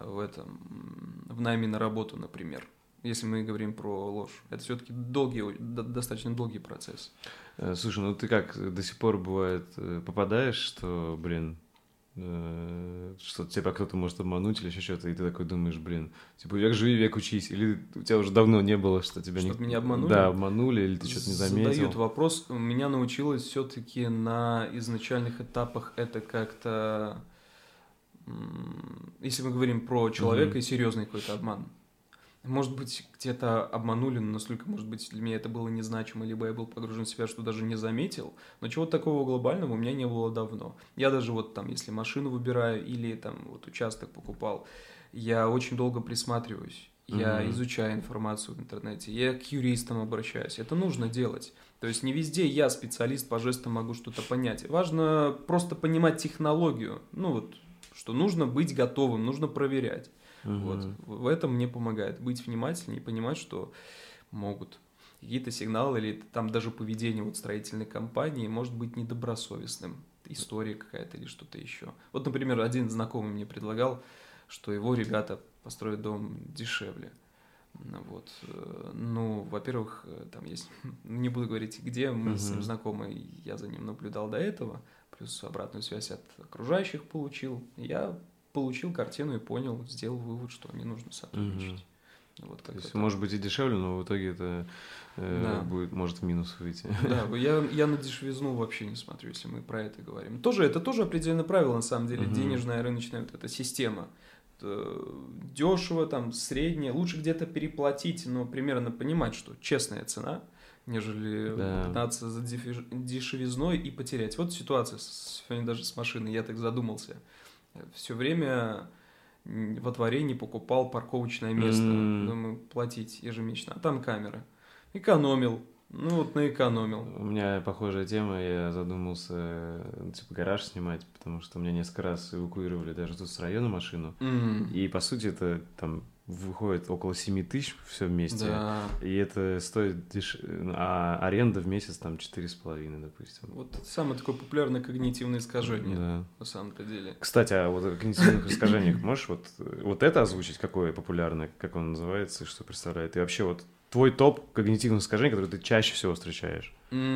Speaker 2: в найме на работу, например. Если мы говорим про ложь. Это все-таки достаточно долгий процесс.
Speaker 1: Слушай, ну ты как до сих пор бывает попадаешь, что, что тебя кто-то может обмануть или еще что-то, и ты такой думаешь, типа век живи, век учись, или у тебя уже давно не было, что тебя
Speaker 2: меня обманули?
Speaker 1: Да, обманули, или ты что-то не заметил?
Speaker 2: Задают вопрос, меня научилось все-таки на изначальных этапах это как-то, если мы говорим про человека и серьезный какой-то обман. Может быть, где-то обманули, но насколько, может быть, для меня это было незначимо, либо я был погружен в себя, что даже не заметил. Но чего-то такого глобального у меня не было давно. Я даже вот там, если машину выбираю или там вот участок покупал, я очень долго присматриваюсь. Я изучаю информацию в интернете, я к юристам обращаюсь. Это нужно делать. То есть не везде я, специалист, по жестам могу что-то понять. Важно просто понимать технологию. Ну вот, что нужно быть готовым, нужно проверять. Вот. В этом мне помогает быть внимательнее и понимать, что могут какие-то сигналы или там даже поведение вот строительной компании может быть недобросовестным. История какая-то или что-то еще. Вот, например, один знакомый мне предлагал, что его ребята построят дом дешевле. Вот. Ну, во-первых, там есть, не буду говорить где, мы с ним знакомы, я за ним наблюдал до этого, плюс обратную связь от окружающих получил. Я получил картину и понял, сделал вывод, что не нужно сотрудничать. Вот
Speaker 1: то есть, может быть и дешевле, но в итоге это будет, может в минус выйти.
Speaker 2: Да, я на дешевизну вообще не смотрю, если мы про это говорим. Это тоже определенное правило, на самом деле, денежная рыночная вот эта система. Дешево, там, среднее, лучше где-то переплатить, но примерно понимать, что честная цена, нежели пытаться за дешевизной и потерять. Вот ситуация сегодня даже с машиной, я так задумался. Все время во дворе не покупал парковочное место, думаю, платить ежемесячно, а там камера. Экономил, наэкономил.
Speaker 1: У меня похожая тема, я задумался, типа, гараж снимать, потому что у меня несколько раз эвакуировали даже тут с района машину, и, по сути, это там выходит около 7 тысяч все вместе, и это стоит а аренда в месяц там 4,5, допустим.
Speaker 2: Вот это самое такое популярное когнитивное искажение, на самом-то деле.
Speaker 1: Кстати, а вот о когнитивных искажениях можешь вот это озвучить, какое популярное, как он называется, что представляет, и вообще вот твой топ когнитивных искажений, которые ты чаще всего встречаешь?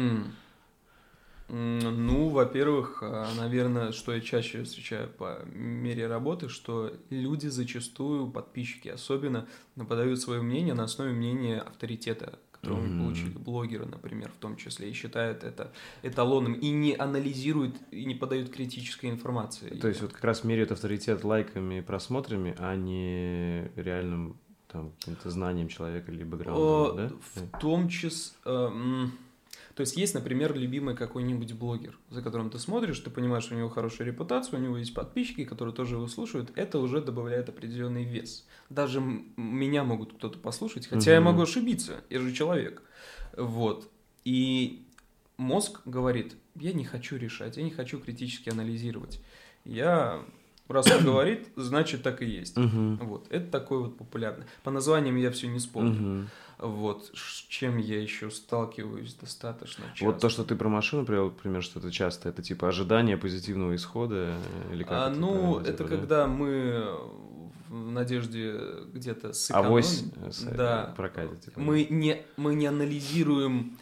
Speaker 2: Ну, во-первых, наверное, что я чаще встречаю по мере работы, что люди зачастую, подписчики особенно, подают свое мнение на основе мнения авторитета, которого мы получили, блогера, например, в том числе, и считают это эталоном, и не анализируют, и не подают критической информации.
Speaker 1: То есть вот как раз меряют авторитет лайками и просмотрами, а не реальным там, каким-то знанием человека или бэкграундом, да?
Speaker 2: В том числе... То есть есть, например, любимый какой-нибудь блогер, за которым ты смотришь, ты понимаешь, что у него хорошая репутация, у него есть подписчики, которые тоже его слушают, это уже добавляет определенный вес. Даже меня могут кто-то послушать, хотя я могу ошибиться, я же человек. Вот. И мозг говорит, я не хочу решать, я не хочу критически анализировать. Раз он говорит, значит так и есть.
Speaker 1: Мгм.
Speaker 2: Вот, это такой вот популярный. По названиям я все не вспомню.
Speaker 1: Мгм.
Speaker 2: Вот, с чем я еще сталкиваюсь достаточно часто.
Speaker 1: Вот то, что ты про машину привел, пример, что это часто, это типа ожидание позитивного исхода, или как это
Speaker 2: Ну,
Speaker 1: правильно,
Speaker 2: это
Speaker 1: типа, да?
Speaker 2: когда мы в надежде где-то
Speaker 1: Авось
Speaker 2: сэкономить. Да.
Speaker 1: прокатит, типа, да.
Speaker 2: Мы не анализируем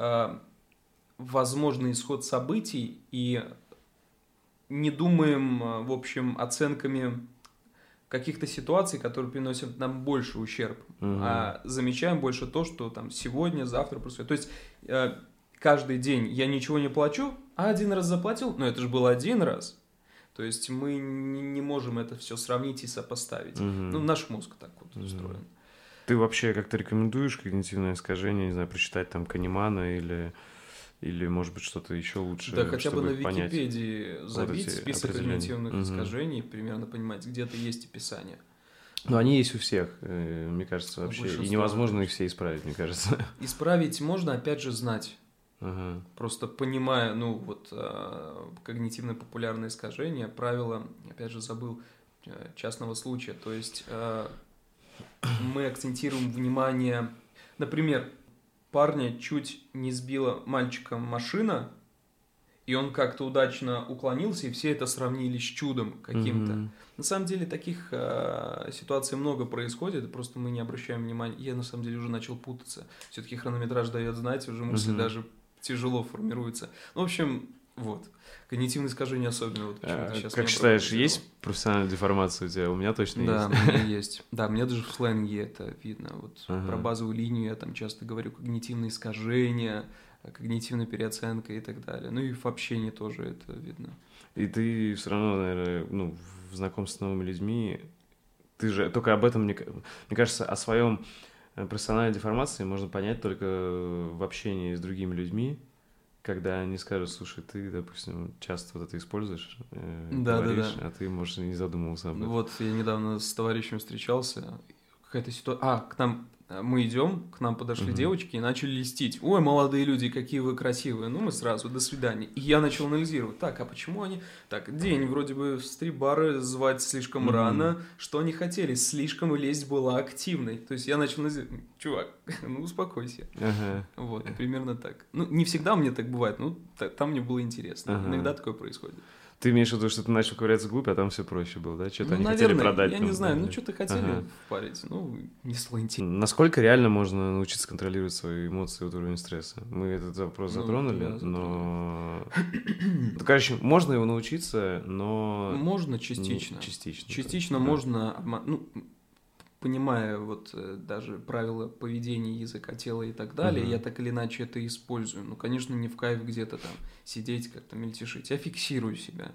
Speaker 2: возможный исход событий и не думаем, в общем, оценками каких-то ситуаций, которые приносят нам больше ущерб, а замечаем больше то, что там сегодня, завтра происходит. То есть каждый день я ничего не плачу, а один раз заплатил, но это же было один раз. То есть мы не можем это все сравнить и сопоставить. Ну, наш мозг так вот устроен.
Speaker 1: Ты вообще как-то рекомендуешь когнитивное искажение, не знаю, прочитать там Канемана или может быть, что-то еще лучше?
Speaker 2: Да, хотя бы на
Speaker 1: чтобы понять
Speaker 2: Википедии забить
Speaker 1: вот эти
Speaker 2: список
Speaker 1: определения.
Speaker 2: когнитивных искажений, примерно понимать, где-то есть описание.
Speaker 1: Ну, они есть у всех, мне кажется, вообще. И
Speaker 2: большинства,
Speaker 1: невозможно их все исправить, мне кажется.
Speaker 2: Исправить можно, опять же, знать.
Speaker 1: Ага.
Speaker 2: Просто понимая, ну, вот когнитивно-популярные искажения, правила, опять же, забыл, частного случая. То есть мы акцентируем внимание, например, парня чуть не сбила мальчика машина, и он как-то удачно уклонился, и все это сравнили с чудом каким-то. На самом деле таких ситуаций много происходит, просто мы не обращаем внимания. Я на самом деле уже начал путаться. Все-таки хронометраж дает знать, уже мысли даже тяжело формируются. Ну, в общем, вот. Когнитивные искажения особенно. Вот почему-то сейчас
Speaker 1: как
Speaker 2: меня
Speaker 1: считаешь,
Speaker 2: провокировало.
Speaker 1: есть профессиональная деформация у тебя? У меня точно
Speaker 2: Да,
Speaker 1: есть.
Speaker 2: у меня есть. Да, у меня даже в сленге это видно. Вот про базовую линию я там часто говорю когнитивные искажения, когнитивная переоценка и так далее. Ну и в общении тоже это видно.
Speaker 1: И ты все равно, наверное, ну, в знакомстве с новыми людьми, ты же только об этом, мне кажется, о своем профессиональной деформации можно понять только в общении с другими людьми, когда они скажут: слушай, ты, допустим, часто вот это используешь, говоришь, а ты, может, и не задумывался об этом.
Speaker 2: Вот я недавно с товарищем встречался, какая-то ситуация... Мы идем, к нам подошли девочки и начали льстить. Ой, молодые люди, какие вы красивые. Ну, мы сразу, до свидания. И я начал анализировать. Так, а почему они... Так, день, вроде бы в стрип-бары звать слишком рано. Что они хотели? Слишком лесть была активной. То есть я начал анализировать. Чувак, ну успокойся. Вот, примерно так. Ну, не всегда мне так бывает, но там мне было интересно. Иногда такое происходит.
Speaker 1: Ты имеешь в виду, что ты начал ковыряться вглубь, а там все проще было, да? Что-то они
Speaker 2: наверное,
Speaker 1: хотели продать.
Speaker 2: Я
Speaker 1: там,
Speaker 2: не знаю,
Speaker 1: да,
Speaker 2: ну что-то хотели впарить, ну, не стало интересно.
Speaker 1: Насколько реально можно научиться контролировать свои эмоции от уровня стресса? Мы этот вопрос затронули,
Speaker 2: да,
Speaker 1: но... Ну, короче, можно его научиться, но...
Speaker 2: Можно частично. Частично можно, ну, понимая вот даже правила поведения, языка тела и так далее, я так или иначе это использую. Ну, конечно, не в кайф где-то там сидеть, как-то мельтешить. Я фиксирую себя.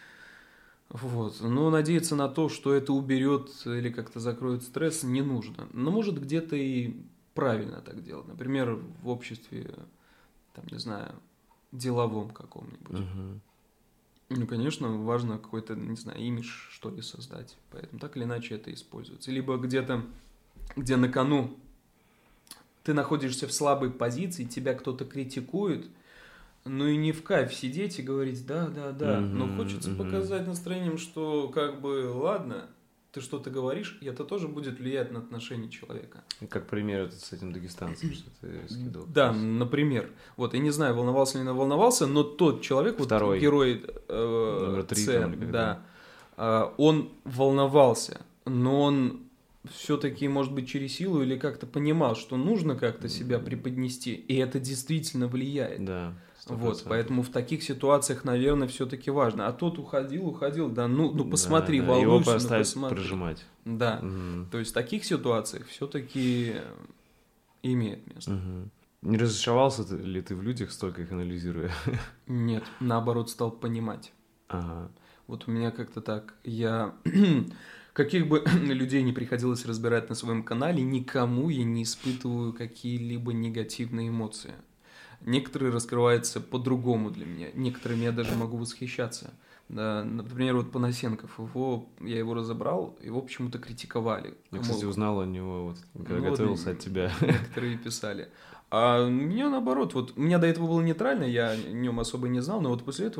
Speaker 2: Вот. Но надеяться на то, что это уберет или как-то закроет стресс, не нужно. Но может где-то и правильно так делать. Например, в обществе, там, не знаю, деловом каком-нибудь. Ну, конечно, важно какой-то, не знаю, имидж, что ли, создать. Поэтому так или иначе это используется. Либо где-то, где на кону ты находишься в слабой позиции, тебя кто-то критикует, ну и не в кайф сидеть и говорить «да». Но хочется показать настроением, что как бы ладно, ты что-то говоришь, и это тоже будет влиять на отношение человека.
Speaker 1: Как пример это с этим дагестанцем, что ты скидывал.
Speaker 2: Да, например. Вот, я не знаю, волновался или не волновался, но тот человек,
Speaker 1: Второй.
Speaker 2: Вот герой
Speaker 1: номер 3,
Speaker 2: С, да, он волновался, но он все-таки, может быть, через силу или как-то понимал, что нужно как-то себя преподнести, и это действительно влияет.
Speaker 1: Да. 100%.
Speaker 2: Вот, поэтому в таких ситуациях, наверное, все-таки важно. А тот уходил, да, ну посмотри,
Speaker 1: да,
Speaker 2: волнуйся,
Speaker 1: его
Speaker 2: ну
Speaker 1: поставить
Speaker 2: посмотри.
Speaker 1: прожимать.
Speaker 2: Да, то есть в таких ситуациях все-таки имеет место.
Speaker 1: Не разочаровался ли ты в людях, столько их анализируя?
Speaker 2: Нет, наоборот, стал понимать.
Speaker 1: Ага.
Speaker 2: Вот у меня как-то так, я... Каких бы людей не приходилось разбирать на своем канале, никому я не испытываю какие-либо негативные эмоции. Некоторые раскрываются по-другому для меня, некоторыми я даже могу восхищаться. Да, например, вот Панасенков, я его разобрал, его почему-то критиковали.
Speaker 1: Я, кстати, узнал о него, вот, когда
Speaker 2: Ну,
Speaker 1: готовился от тебя.
Speaker 2: Некоторые писали. А меня наоборот, вот у меня до этого было нейтрально, я о нем особо не знал, но вот после этого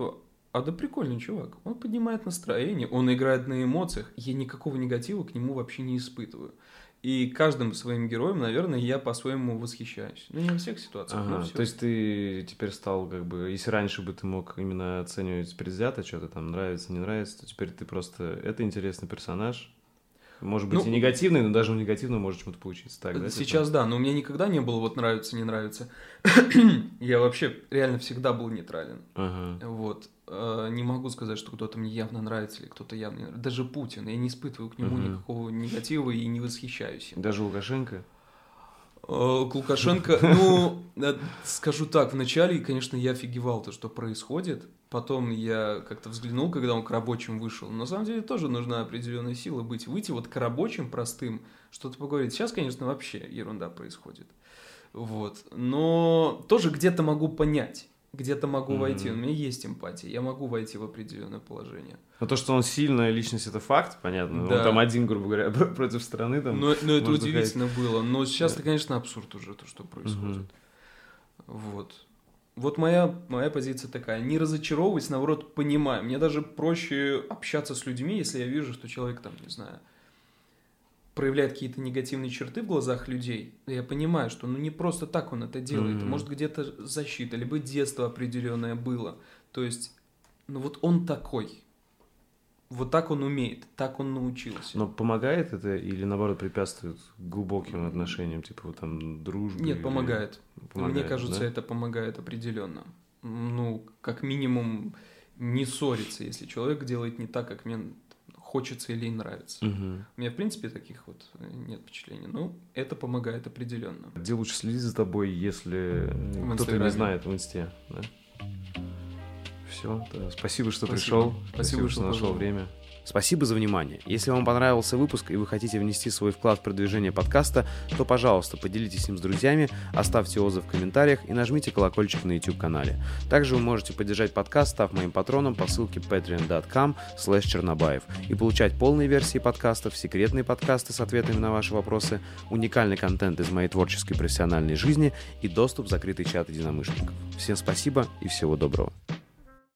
Speaker 2: да прикольный чувак. Он поднимает настроение, он играет на эмоциях. Я никакого негатива к нему вообще не испытываю. И каждым своим героем, наверное, я по-своему восхищаюсь. Ну, не во всех ситуациях, но все.
Speaker 1: То есть ты теперь стал как бы... Если раньше бы ты мог именно оценивать предвзято, что-то там нравится, не нравится, то теперь ты просто... Это интересный персонаж. Может быть, и негативный, но даже у негативного может чему-то получиться. Так, да?
Speaker 2: Сейчас да, но у меня никогда не было вот нравится, не нравится. Я вообще реально всегда был нейтрален. Вот. Не могу сказать, что кто-то мне явно нравится или кто-то явно не нравится. Даже Путин, я не испытываю к нему никакого негатива и не восхищаюсь им.
Speaker 1: Даже Лукашенко?
Speaker 2: К Лукашенко, ну, скажу так, вначале, конечно, я офигевал то, что происходит. Потом я как-то взглянул, когда он к рабочим вышел. На самом деле тоже нужна определенная сила выйти вот к рабочим простым, что-то поговорить. Сейчас, конечно, вообще ерунда происходит. Вот. Но тоже где-то могу понять. Где-то могу войти, у меня есть эмпатия, я могу войти в определенное положение.
Speaker 1: Но то, что он сильная личность, это факт, понятно. Да. Он там один, грубо говоря, против страны. Там,
Speaker 2: но это удивительно было. Но сейчас это, конечно, абсурд уже, то, что происходит. Вот моя позиция такая. Не разочаровывать, наоборот, понимаю. Мне даже проще общаться с людьми, если я вижу, что человек там, не знаю, проявляет какие-то негативные черты в глазах людей, я понимаю, что не просто так он это делает. Может, где-то защита, либо детство определенное было. То есть, вот он такой. Вот так он умеет, так он научился.
Speaker 1: Но помогает это или, наоборот, препятствует глубоким отношениям, типа вот, там дружбе?
Speaker 2: Нет, помогает. Мне кажется, это помогает определенно. Ну, как минимум, не ссориться, если человек делает не так, как мне хочется или нравится. У меня, в принципе, таких вот нет впечатлений. Но это помогает определенно.
Speaker 1: Где лучше следить за тобой, если кто-то не знает в инсте? Да? Все. Да. Спасибо, что пришел.
Speaker 2: Спасибо, что
Speaker 1: нашел время. Спасибо за внимание. Если вам понравился выпуск и вы хотите внести свой вклад в продвижение подкаста, то, пожалуйста, поделитесь им с друзьями, оставьте отзыв в комментариях и нажмите колокольчик на YouTube-канале. Также вы можете поддержать подкаст, став моим патроном по ссылке patreon.com/Чернобаев и получать полные версии подкастов, секретные подкасты с ответами на ваши вопросы, уникальный контент из моей творческой и профессиональной жизни и доступ в закрытый чат единомышленников. Всем спасибо и всего доброго.